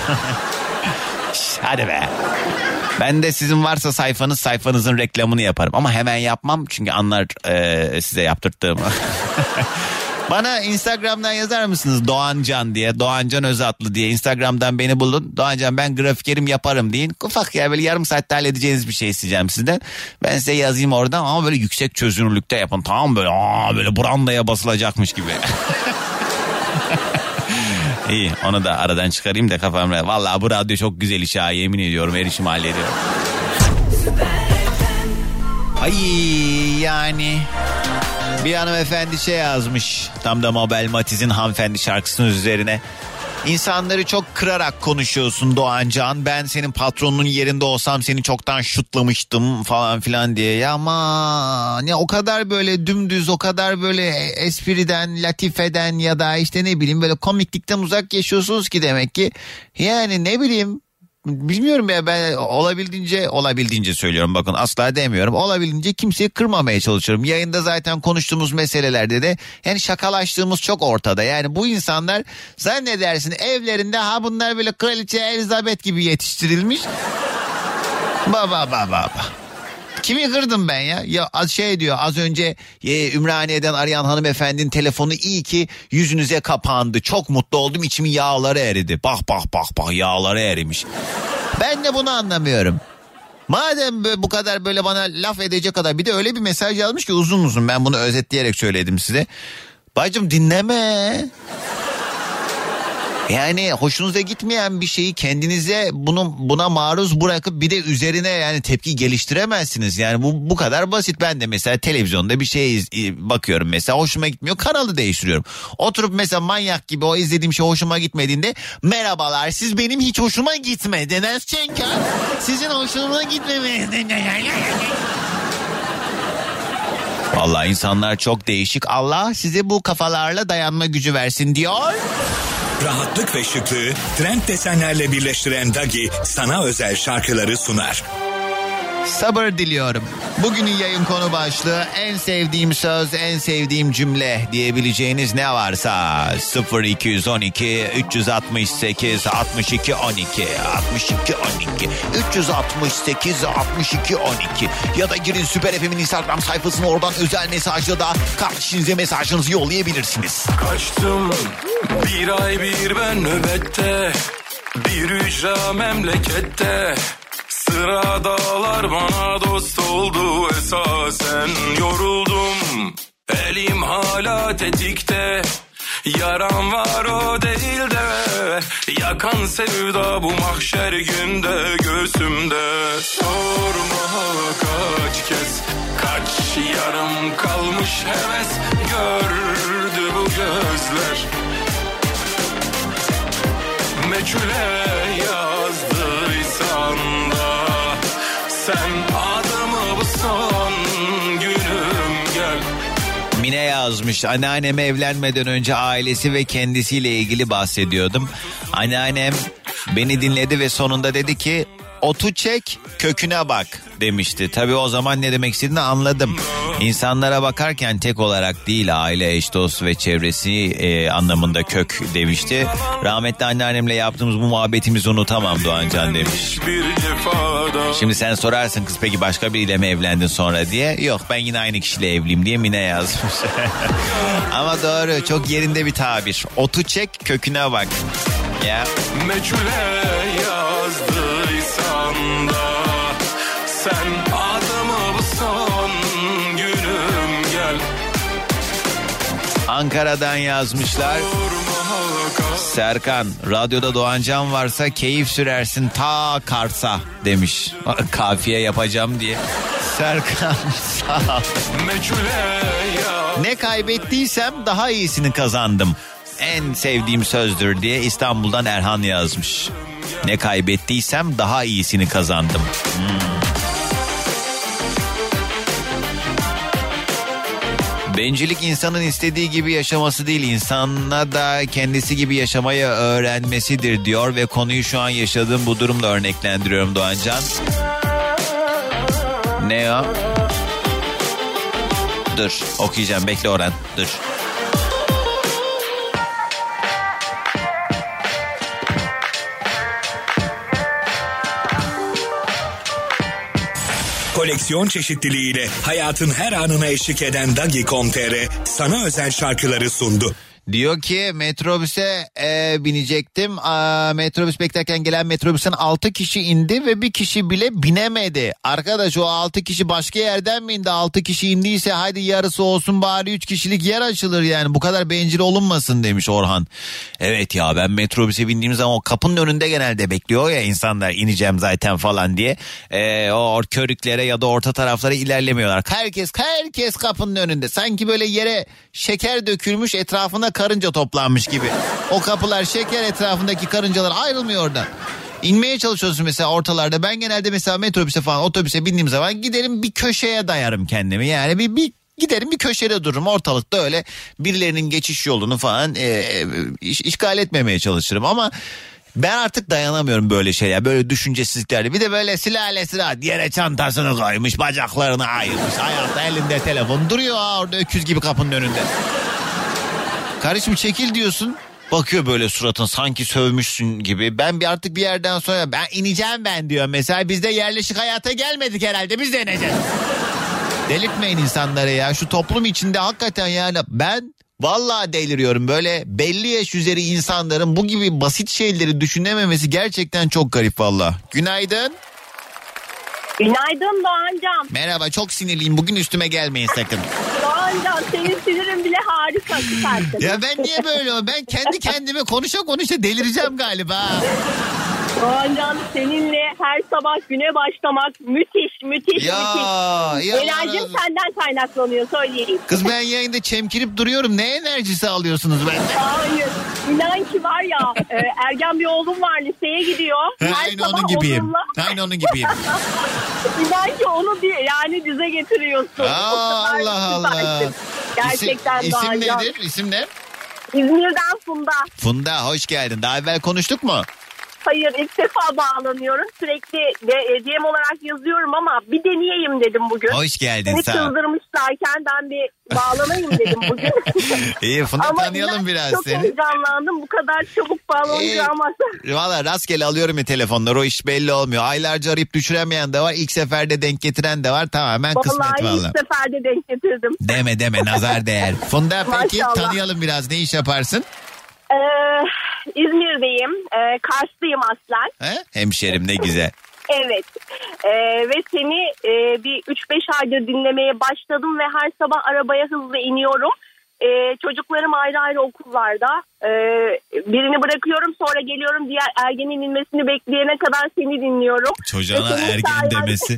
Hadi be. Ben de sizin varsa sayfanız sayfanızın reklamını yaparım. Ama hemen yapmam çünkü anlar e, size yaptırttığımı. Bana Instagram'dan yazar mısınız Doğancan diye, Doğancan Özatlı diye Instagram'dan beni bulun. Doğancan ben grafikerim yaparım deyin. Ufak ya böyle yarım saatte halledeceğiniz bir şey isteyeceğim sizden. Ben size yazayım oradan ama böyle yüksek çözünürlükte yapın. Tamam böyle aa böyle brandaya basılacakmış gibi. İyi onu da aradan çıkarayım da kafamda. Vallahi bu radyo çok güzel iş ha, yemin ediyorum her işimi hallediyorum. Ay yani... Bir hanımefendi şey yazmış tam da Mabel Matiz'in Hanımefendi şarkısının üzerine. İnsanları çok kırarak konuşuyorsun Doğancan. Ben senin patronunun yerinde olsam seni çoktan şutlamıştım falan filan diye. Ya aman ya o kadar böyle dümdüz, o kadar böyle espriden, latifeden ya da işte ne bileyim böyle komiklikten uzak yaşıyorsunuz ki demek ki. Yani ne bileyim. Bilmiyorum ya, ben olabildiğince olabildiğince söylüyorum, bakın asla demiyorum, olabildiğince kimseyi kırmamaya çalışıyorum. Yayında zaten konuştuğumuz meselelerde de yani şakalaştığımız çok ortada. Yani bu insanlar zannedersin evlerinde ha bunlar böyle Kraliçe Elizabeth gibi yetiştirilmiş. Baba baba baba. Kimi kırdım ben ya? Ya az şey diyor az önce e, Ümraniye'den arayan hanımefendinin telefonu iyi ki yüzünüze kapandı. Çok mutlu oldum, içimin yağları eridi. Bak bak bak bak yağları erimiş. Ben de bunu anlamıyorum. Madem bu kadar böyle bana laf edecek kadar, bir de öyle bir mesaj yazmış ki uzun uzun, ben bunu özetleyerek söyledim size. Bacım dinleme. Yani hoşunuza gitmeyen bir şeyi kendinize bunu, buna maruz bırakıp bir de üzerine yani tepki geliştiremezsiniz. Yani bu bu kadar basit. Ben de mesela televizyonda bir şey iz, bakıyorum mesela, hoşuma gitmiyor, kanalı değiştiriyorum. Oturup mesela manyak gibi o izlediğim şey hoşuma gitmediğinde merhabalar siz benim hiç hoşuma gitmediniz çünkü sizin hoşuma gitmemeniz. Vallahi insanlar çok değişik. Allah size bu kafalarla dayanma gücü versin diyor. Rahatlık ve şıklığı trend desenlerle birleştiren Dagi sana özel şarkıları sunar. Sabır diliyorum. Bugünün yayın konu başlığı en sevdiğim söz, en sevdiğim cümle diyebileceğiniz ne varsa sıfır iki on iki üç altı sekiz altmış iki on iki altmış iki on iki üç altı sekiz altmış iki on iki ya da girin Süper F M'in Instagram sayfasına, oradan özel mesajla da kardeşinize mesajınızı yollayabilirsiniz. Kaçtım bir ay bir ben nöbette, bir ücra memlekette. Sıradalar bana dost oldu esasen, yoruldum elim hala tetikte. Yaram var o değil de yakan sevda bu mahşer günde göğsümde. Sorma kaç kez kaç yarım kalmış heves gördü bu gözler. Meçhule yazdıysan da sen adımı bu son günüm gel. Mine yazmış, anneanneme evlenmeden önce ailesi ve kendisiyle ilgili bahsediyordum. Anneannem beni dinledi ve sonunda dedi ki otu çek köküne bak demişti. Tabii o zaman ne demek istediğini anladım. İnsanlara bakarken tek olarak değil, aile, eş, dost ve çevresi e, anlamında kök demişti. Rahmetli anneannemle yaptığımız bu muhabbetimizi unutamam Doğancan demiş. Şimdi sen sorarsın kız peki başka biriyle mi evlendin sonra diye. Yok ben yine aynı kişiyle evliyim diye Mine yazmış. Ama doğru, çok yerinde bir tabir. Otu çek köküne bak. Ya. Meçhule yazdıysan da sen adımı bu son günüm gel. Ankara'dan yazmışlar. Serkan, radyoda Doğancan varsa keyif sürersin ta Kars'a demiş. Kafiye yapacağım diye. Serkan sağ ol. Ne kaybettiysem daha iyisini kazandım. En sevdiğim sözdür diye İstanbul'dan Erhan yazmış. Ne kaybettiysem daha iyisini kazandım. Hmm. Bencillik insanın istediği gibi yaşaması değil, insana da kendisi gibi yaşamayı öğrenmesidir diyor ve konuyu şu an yaşadığım bu durumla örneklendiriyorum Doğancan. Ne o? Dur okuyacağım, bekle Orhan, dur. Koleksiyon çeşitliliğiyle hayatın her anına eşlik eden Dagi nokta com nokta tr sana özel şarkıları sundu. Diyor ki metrobüse e, binecektim. Aa, metrobüs beklerken gelen metrobüsten altı kişi indi ve bir kişi bile binemedi. Arkadaş, o altı kişi başka yerden mi indi? altı kişi indiyse hadi yarısı olsun bari, üç kişilik yer açılır yani. Bu kadar bencil olunmasın demiş Orhan. Evet ya, ben metrobüse bindiğim zaman o kapının önünde genelde bekliyor ya insanlar, ineceğim zaten falan diye. E, o körüklere ya da orta taraflara ilerlemiyorlar. Herkes herkes kapının önünde. Sanki böyle yere şeker dökülmüş, etrafına karınca toplanmış gibi. O kapılar şeker, etrafındaki karıncalar ayrılmıyor oradan. İnmeye çalışıyorsun mesela ortalarda. Ben genelde mesela metrobüse falan, otobüse bindiğim zaman giderim bir köşeye dayarım kendimi. Yani bir, bir giderim bir köşede dururum. Ortalıkta öyle birilerinin geçiş yolunu falan e, iş, işgal etmemeye çalışırım ama ben artık dayanamıyorum böyle şeyler, böyle düşüncesizliklerle. Bir de böyle sülalesi rahat, yere çantasını koymuş, bacaklarını ayırmış, ayakta elinde telefon duruyor orada öküz gibi kapının önünde. Kardeşim çekil diyorsun, bakıyor böyle suratın sanki sövmüşsün gibi. Ben bir artık bir yerden sonra ben ineceğim ben diyor. Mesela biz de yerleşik hayata gelmedik herhalde, biz de ineceğiz. Delirtmeyin insanları ya, şu toplum içinde hakikaten yani ben vallahi deliriyorum. Böyle belli yaş üzeri insanların bu gibi basit şeyleri düşünememesi gerçekten çok garip vallahi. Günaydın. Günaydın Doğancan. Merhaba, çok sinirliyim bugün, üstüme gelmeyin sakın. Doğancan, senin sinirin bile harika, süpersin. Ya ben niye böyle o? Ben kendi kendime konuşa konuşa delireceğim galiba. Doğancan, seninle her sabah güne başlamak müthiş müthiş ya, müthiş. Ya Enerjim senden kaynaklanıyor, söyleyeyim. Kız ben yayında çemkirip duruyorum. Ne enerjisi alıyorsunuz benden? Hayır. İnan ki var ya, e, ergen bir oğlum var, liseye gidiyor. Her Aynı sabah onun gibiyim. Onunla... Aynı onun gibiyim. İnan ki onu bir yani dize getiriyorsun. Aa, Allah Allah. Gerçekten İsim, isim nedir? İsim ne? İzmir'den Funda. Funda, hoş geldin. Daha evvel konuştuk mu? Hayır, ilk defa bağlanıyorum. Sürekli D M olarak yazıyorum ama bir deneyeyim dedim bugün. Hoş geldin, Seni sağ ol. Çıldırmışlarken ben bir bağlanayım dedim bugün. İyi, Funda ama tanıyalım biraz çok seni. Çok heyecanlandım, bu kadar çabuk bağlanacağım ama. Valla rastgele alıyorum ya telefonları, o iş belli olmuyor. Aylarca arayıp düşüremeyen de var, ilk seferde denk getiren de var, tamamen vallahi kısmet valla. Vallahi ilk seferde denk getirdim. Deme deme, nazar değer. Funda peki tanıyalım biraz, ne iş yaparsın? Ee, İzmir'deyim. Ee, Karslıyım aslen. He? Hemşerim, ne güzel. Evet. Ee, ve seni e, bir üç beş aydır dinlemeye başladım ve her sabah arabaya hızlı iniyorum. Ee, çocuklarım ayrı ayrı okullarda. Ee, birini bırakıyorum, sonra geliyorum, diğer ergenin inmesini bekleyene kadar seni dinliyorum. Çocuğuna ergen sayende... demesi.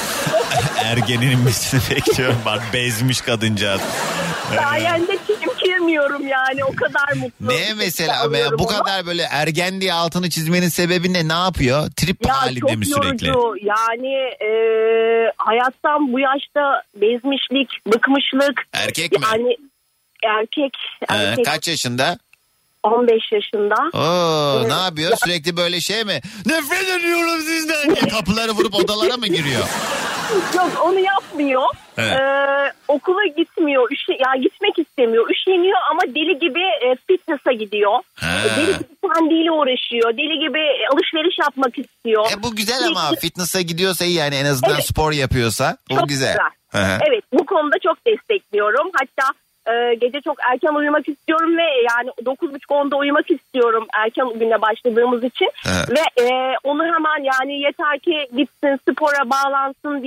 Ergenin inmesini bekliyorum. Bak bezmiş kadıncağız. Sayende çimkirmiyorum yani, o kadar mutlu. Ne mesela ama ya, bu onu. Kadar böyle ergen diye altını çizmenin sebebi ne? Ne yapıyor? Trip ya halinde mi sürekli? Ya çok yorucu yani, e, hayattan bu yaşta bezmişlik, bıkmışlık. Erkek mi? Yani erkek. erkek. Ee, kaç yaşında? on beş yaşında. Oo, evet. Ne yapıyor? Sürekli böyle şey mi? Nefret ediyorum sizden diye kapıları vurup odalara mı giriyor? Yok, onu yapmıyor. Evet. Ee, okula gitmiyor. Üşe, ya gitmek istemiyor. Üşeniyor ama deli gibi e, fitness'a gidiyor. E, deli gibi kendiyle uğraşıyor. Deli gibi alışveriş yapmak istiyor. E, bu güzel ama fitness'a gidiyorsa iyi yani, en azından evet. Spor yapıyorsa. Bu çok güzel. güzel. Evet, bu konuda çok destekliyorum. Hatta e, gece çok erken uyumak istiyorum ve yani dokuz buçuk onda uyumak istiyorum erken güne başladığımız için. Evet. Ve e, onu hemen yani yeter ki gitsin spora bağlansın diye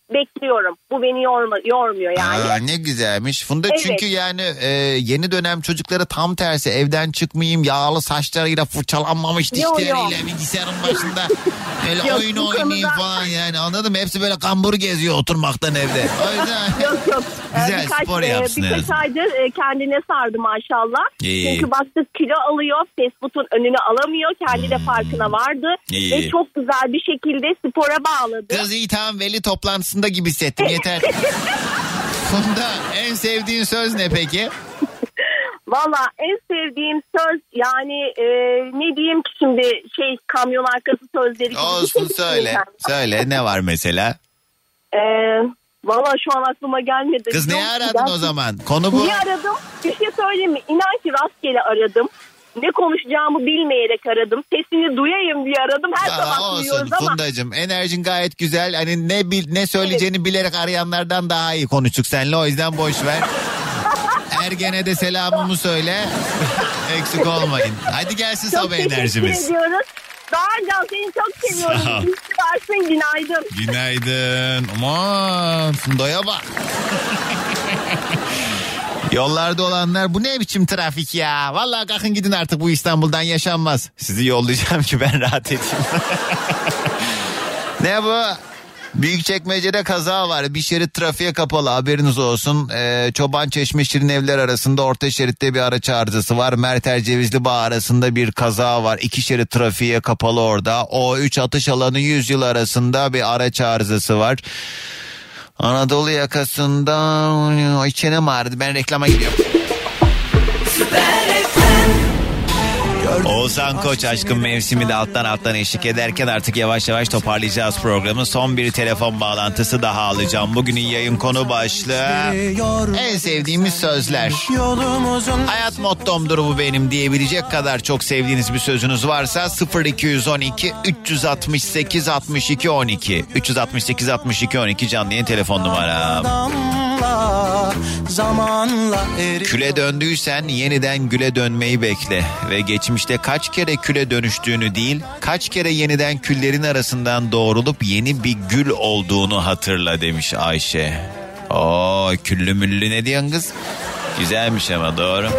bekliyorum. Bu beni yorma, yormuyor yani. Aa, ne güzelmiş. Funda Evet. çünkü yani e, yeni dönem çocukları tam tersi, evden çıkmayayım, yağlı saçlarıyla, fırçalanmamış Yo, yo. dişleriyle bilgisayarın başında öyle Yok, oyun bu oynayayım konuda- falan yani, anladın mı? Hepsi böyle kambur geziyor oturmaktan evde. O yüzden Yok yok. güzel Ee, birkaç, spor e, yapsın. Birkaç evet. aydır e, kendine sardı maşallah. İyi. Çünkü baktık kilo alıyor. Fast food'un önünü alamıyor. Kendi de farkına vardı. İyi. Ve çok güzel bir şekilde spora bağladı. Kız iyi, tamam, veli toplantısında gibi hissettim, yeter. Funda, en sevdiğin söz ne peki? Valla en sevdiğim söz yani e, ne diyeyim ki şimdi şey kamyon arkası sözleri gibi. Olsun, bir şey söyle. diyeyim ben. Söyle, ne var mesela? E, Valla şu an aklıma gelmedi. Kız Yok, neye aradın gerçekten- o zaman? Konu bu. Niye aradım? Bir şey söyleyeyim mi? İnan ki rastgele aradım. Ne konuşacağımı bilmeyerek aradım. Sesini duyayım diye aradım. Her Aa, sabah olsun duyuyoruz ama. Fundacığım, enerjin gayet güzel. Hani ne bil, ne söyleyeceğini bilerek arayanlardan daha iyi konuştuk seninle, o yüzden boş ver. Ergen'e de selamımı söyle. Eksik olmayın. Hadi gelsin Çok sabah teşekkür enerjimiz. ediyoruz. Doğancan seni çok Sağ ol. seviyorum. İyi ki varsın, günaydın. Günaydın. Aman Funda'ya bak. Yollarda olanlar, bu ne biçim trafik ya? Vallahi kalkın gidin artık, bu İstanbul'dan yaşanmaz. Sizi yollayacağım ki ben rahat edeyim. Ne bu? Büyükçekmece'de kaza var. Bir şerit trafiğe kapalı, haberiniz olsun. Ee, Çobançeşme Şirinevler arasında orta şeritte bir araç arızası var. Merter Cevizlibağ arasında bir kaza var. İki şerit trafiğe kapalı orada. O üç atış alanı yüz yıl arasında bir araç arızası var. Anadolu yakasında... Ay, çenem ağrıdı, ben reklama gidiyorum. Oğuzhan Koç aşkın mevsimi de alttan alttan eşlik ederken artık yavaş yavaş toparlayacağız programı. Son bir telefon bağlantısı daha alacağım. Bugünün yayın konu başlığı en sevdiğimiz sözler. Hayat mottomdur bu benim diyebilecek kadar çok sevdiğiniz bir sözünüz varsa sıfır iki on iki üç altı sekiz altmış iki on iki üç altı sekiz altmış iki on iki canlı yayın telefon numaram. Küle döndüysen yeniden güle dönmeyi bekle ve geçmişte kaç kere küle dönüştüğünü değil, kaç kere yeniden küllerin arasından doğrulup yeni bir gül olduğunu hatırla demiş Ayşe. Oo, küllü müllü ne diyorsun kız? Güzelmiş ama, doğru.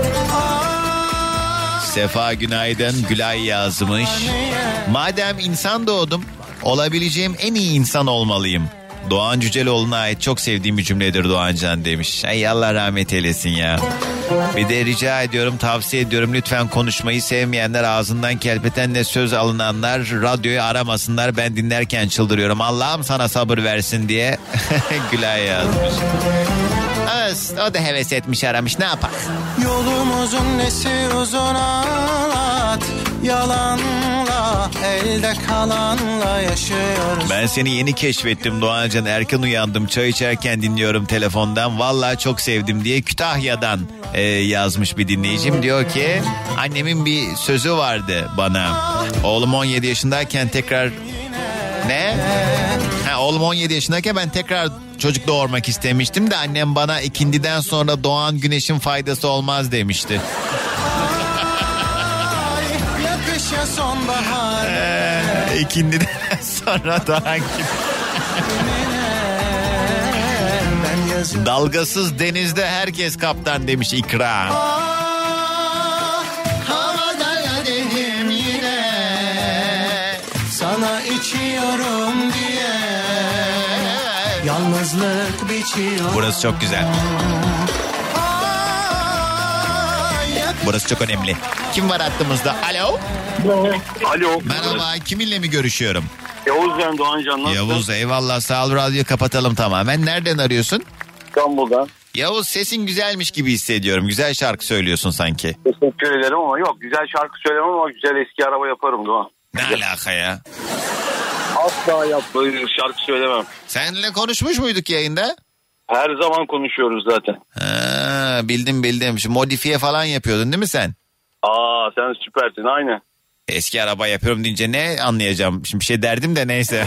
Sefa günaydın, Gülay yazmış. Madem insan doğdum, olabileceğim en iyi insan olmalıyım. Doğan Cüceloğlu'na ait çok sevdiğim bir cümledir Doğancan demiş. Ay Allah rahmet eylesin ya. Bir de rica ediyorum, tavsiye ediyorum, lütfen konuşmayı sevmeyenler, ağzından kelpetenle söz alınanlar radyoyu aramasınlar, ben dinlerken çıldırıyorum. Allah'ım sana sabır versin diye Gülay yazmış. Öz, o da heves etmiş, aramış, ne yapar? Yolumuzun nesi uzun anlat, yalanla elde kalanla yaşıyoruz. Ben seni yeni keşfettim Doğancan, erken uyandım, çay içerken dinliyorum telefondan, vallahi çok sevdim diye Kütahya'dan e, yazmış bir dinleyicim. Diyor ki annemin bir sözü vardı bana, oğlum on yedi yaşındayken tekrar ne? Ha, oğlum on yedi yaşındayken ben tekrar çocuk doğurmak istemiştim de annem bana ikindiden sonra doğan güneşin faydası olmaz demişti. Yakışa sonbahar. Ee, ikindiden sonra doğan güneş. Dalgasız denizde herkes kaptan demiş İkra. Havada dedim yine, sana içiyorum diye, yalnızlık biçiyor. Burası çok güzel. Burası çok önemli. Kim var hattımızda? Alo. Alo. Merhaba, kiminle mi görüşüyorum? Yavuz ben Doğancan, nasılsın? Yavuz, eyvallah, sağ ol, radyoyu kapatalım tamamen. Nereden arıyorsun? İstanbul'dan. Yavuz, sesin güzelmiş gibi hissediyorum. Güzel şarkı söylüyorsun sanki. Teşekkür ederim ama yok, güzel şarkı söylemem ama güzel eski araba yaparım Doğan. Ne alaka ya? Asla yap böyle şarkı söylemem. Seninle konuşmuş muyduk yayında? Her zaman konuşuyoruz zaten. Ha, bildim bildim. Şu modifiye falan yapıyordun değil mi sen? Aa, sen süpersin, aynen. Eski araba yapıyorum deyince ne anlayacağım? Şimdi bir şey derdim de neyse.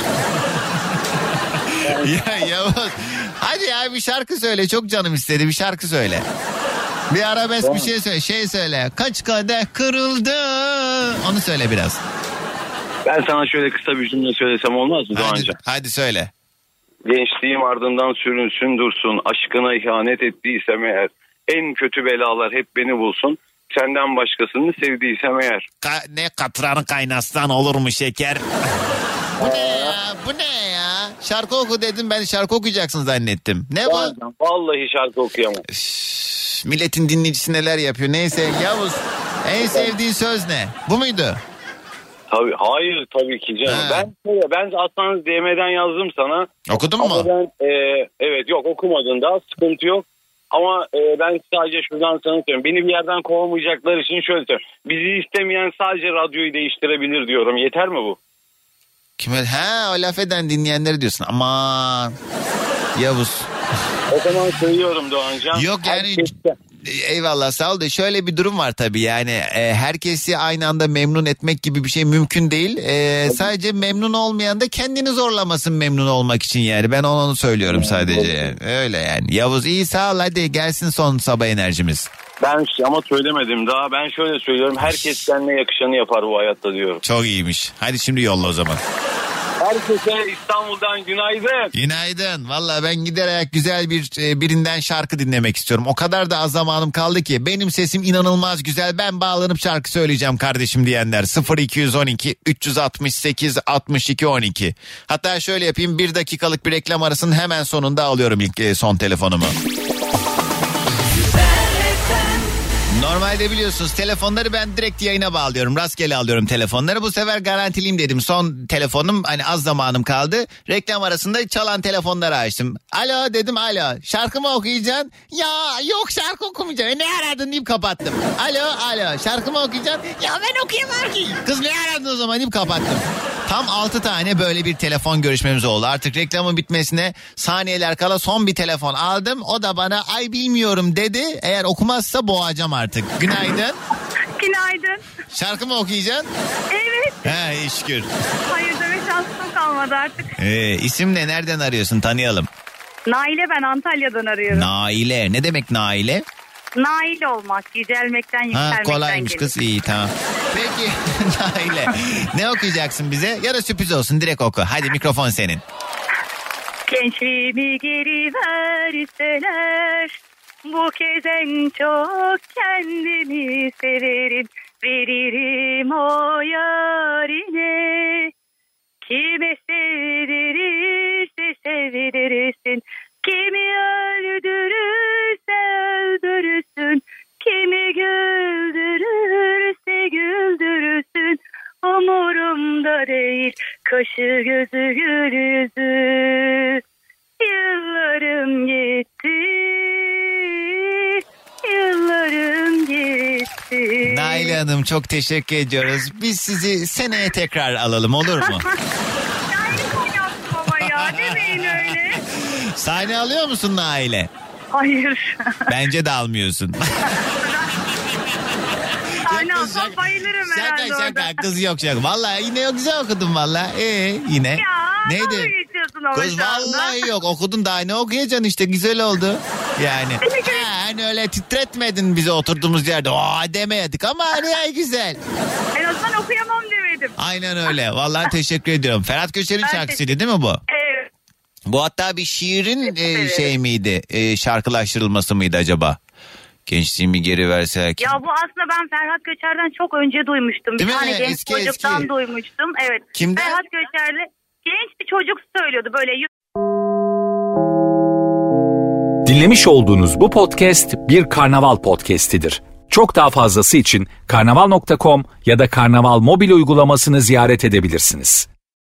ya Yavuz, hadi ya bir şarkı söyle, çok canım istedi, bir şarkı söyle. Bir arabesk tamam. Bir şey söyle, şey söyle. Kaç kadeh kırıldı, onu söyle biraz. Ben sana şöyle kısa bir cümle söylesem olmaz mı hadi, Doğancan? hadi söyle. Gençliğim ardından sürünsün dursun. Aşkına ihanet ettiysem eğer. En kötü belalar hep beni bulsun. Senden başkasını sevdiysem eğer. Ka- ne katranı kaynatsan olur mu şeker? Bu ne ya? Bu ne ya? Şarkı oku dedim, ben şarkı okuyacaksın zannettim. Ne bu? Vallahi şarkı okuyamam. Üff, milletin dinleyicisi neler yapıyor. Neyse Yavuz, en sevdiğin söz ne? Bu muydu? Tabii, hayır tabii ki canım. Ha. Ben ben Aslan D M'den yazdım sana. Okudun Ama mu? Ben, e, evet yok okumadın daha, sıkıntı yok. Ama e, ben sadece şuradan sana söylüyorum. Beni bir yerden kovamayacaklar için şöyle söylüyorum. Bizi istemeyen sadece radyoyu değiştirebilir diyorum. Yeter mi bu? Kime? Ha, o laf eden dinleyenleri diyorsun. Aman Yavuz. O zaman söylüyorum Doğancan. Yok yani herkeste... Eyvallah, sağ ol da şöyle bir durum var tabii yani e, herkesi aynı anda memnun etmek gibi bir şey mümkün değil. E, sadece memnun olmayan da kendini zorlamasın memnun olmak için yani, ben onu söylüyorum sadece yani. Öyle yani. Yavuz iyi, sağ ol, hadi gelsin son sabah enerjimiz. Ben ama söylemedim daha, ben şöyle söylüyorum, herkes kendine yakışanı yapar bu hayatta diyorum. Çok iyiymiş, hadi şimdi yolla o zaman. Herkese İstanbul'dan günaydın. Günaydın. Vallahi ben giderek güzel bir birinden şarkı dinlemek istiyorum. O kadar da az zamanım kaldı ki benim sesim inanılmaz güzel. Ben bağlanıp şarkı söyleyeceğim kardeşim diyenler. sıfır iki on iki üç altı sekiz altmış iki on iki. Hatta şöyle yapayım, bir dakikalık bir reklam arasının hemen sonunda alıyorum ilk son telefonumu. Normalde biliyorsunuz telefonları ben direkt yayına bağlıyorum. Rastgele alıyorum telefonları. Bu sefer garantiliyim dedim. Son telefonum, hani az zamanım kaldı. Reklam arasında çalan telefonları açtım. Alo dedim, alo. Şarkı mı okuyacaksın? Ya yok, şarkı okumayacağım. E, ne aradın deyip kapattım. Alo alo, şarkı mı okuyacaksın? Ya ben okuyamam ki. Kız ne aradın o zaman deyip kapattım. Tam altı tane böyle bir telefon görüşmemiz oldu. Artık reklamın bitmesine saniyeler kala son bir telefon aldım. O da bana ay bilmiyorum dedi. Eğer okumazsa boğacağım artık. Günaydın. Günaydın. Şarkı mı okuyacaksın? Evet. He, şükür. Hayır, deme şansım kalmadı artık. Ee, isim ne? Nereden arıyorsun? Tanıyalım. Naile, ben Antalya'dan arıyorum. Naile. Ne demek Naile? Nail olmak, yücelmekten, yükselmekten. Ha, kolaymış kız, iyi, tamam. Peki Naile, ne okuyacaksın bize? Ya da sürpriz olsun, direkt oku. Hadi, mikrofon senin. Gençliğimi geri verseler, bu kez en çok kendimi severim. Veririm o yarine, kime sevdirirse sevdirirsin. Kimi öldürürse öldürürsün, kimi güldürürse güldürürsün. Umurumda değil, kaşı gözü gül yüzü. Yıllarım gitti, yıllarım gitti. Naile Hanım, çok teşekkür ediyoruz. Biz sizi seneye tekrar alalım, olur mu? Ya demeyin öyle. Sahne alıyor musun Naile? Hayır. Bence de almıyorsun. Sahne alsam bayılırım herhalde şaka, orada. şaka, kız yok şaka. Vallahi yine yok, güzel okudun vallahi. Ee, yine. Ya neydi? nasıl geçiyorsun ama kız vallahi yok, okudun, daha ne okuyacaksın işte, güzel oldu. Yani. ha, hani öyle titretmedin bizi oturduğumuz yerde. Aa demeyedik ama hani güzel. En azından okuyamam demedim. Aynen öyle. Vallahi teşekkür ediyorum. Ferhat Göçer'in şarkısıydı değil mi bu? Evet. Bu hatta bir şiirin e, şey miydi? E, şarkılaştırılması mıydı acaba? Gençliğimi geri verse. Ya bu aslında ben Ferhat Göçer'den çok önce duymuştum. Değil bir mi? tane genç Eski, çocuktan eski. duymuştum. Evet. Kimden? Ferhat Göçer'le genç bir çocuk söylüyordu böyle. Dinlemiş olduğunuz bu podcast bir karnaval podcastidir. Çok daha fazlası için karnaval nokta com ya da karnaval mobil uygulamasını ziyaret edebilirsiniz.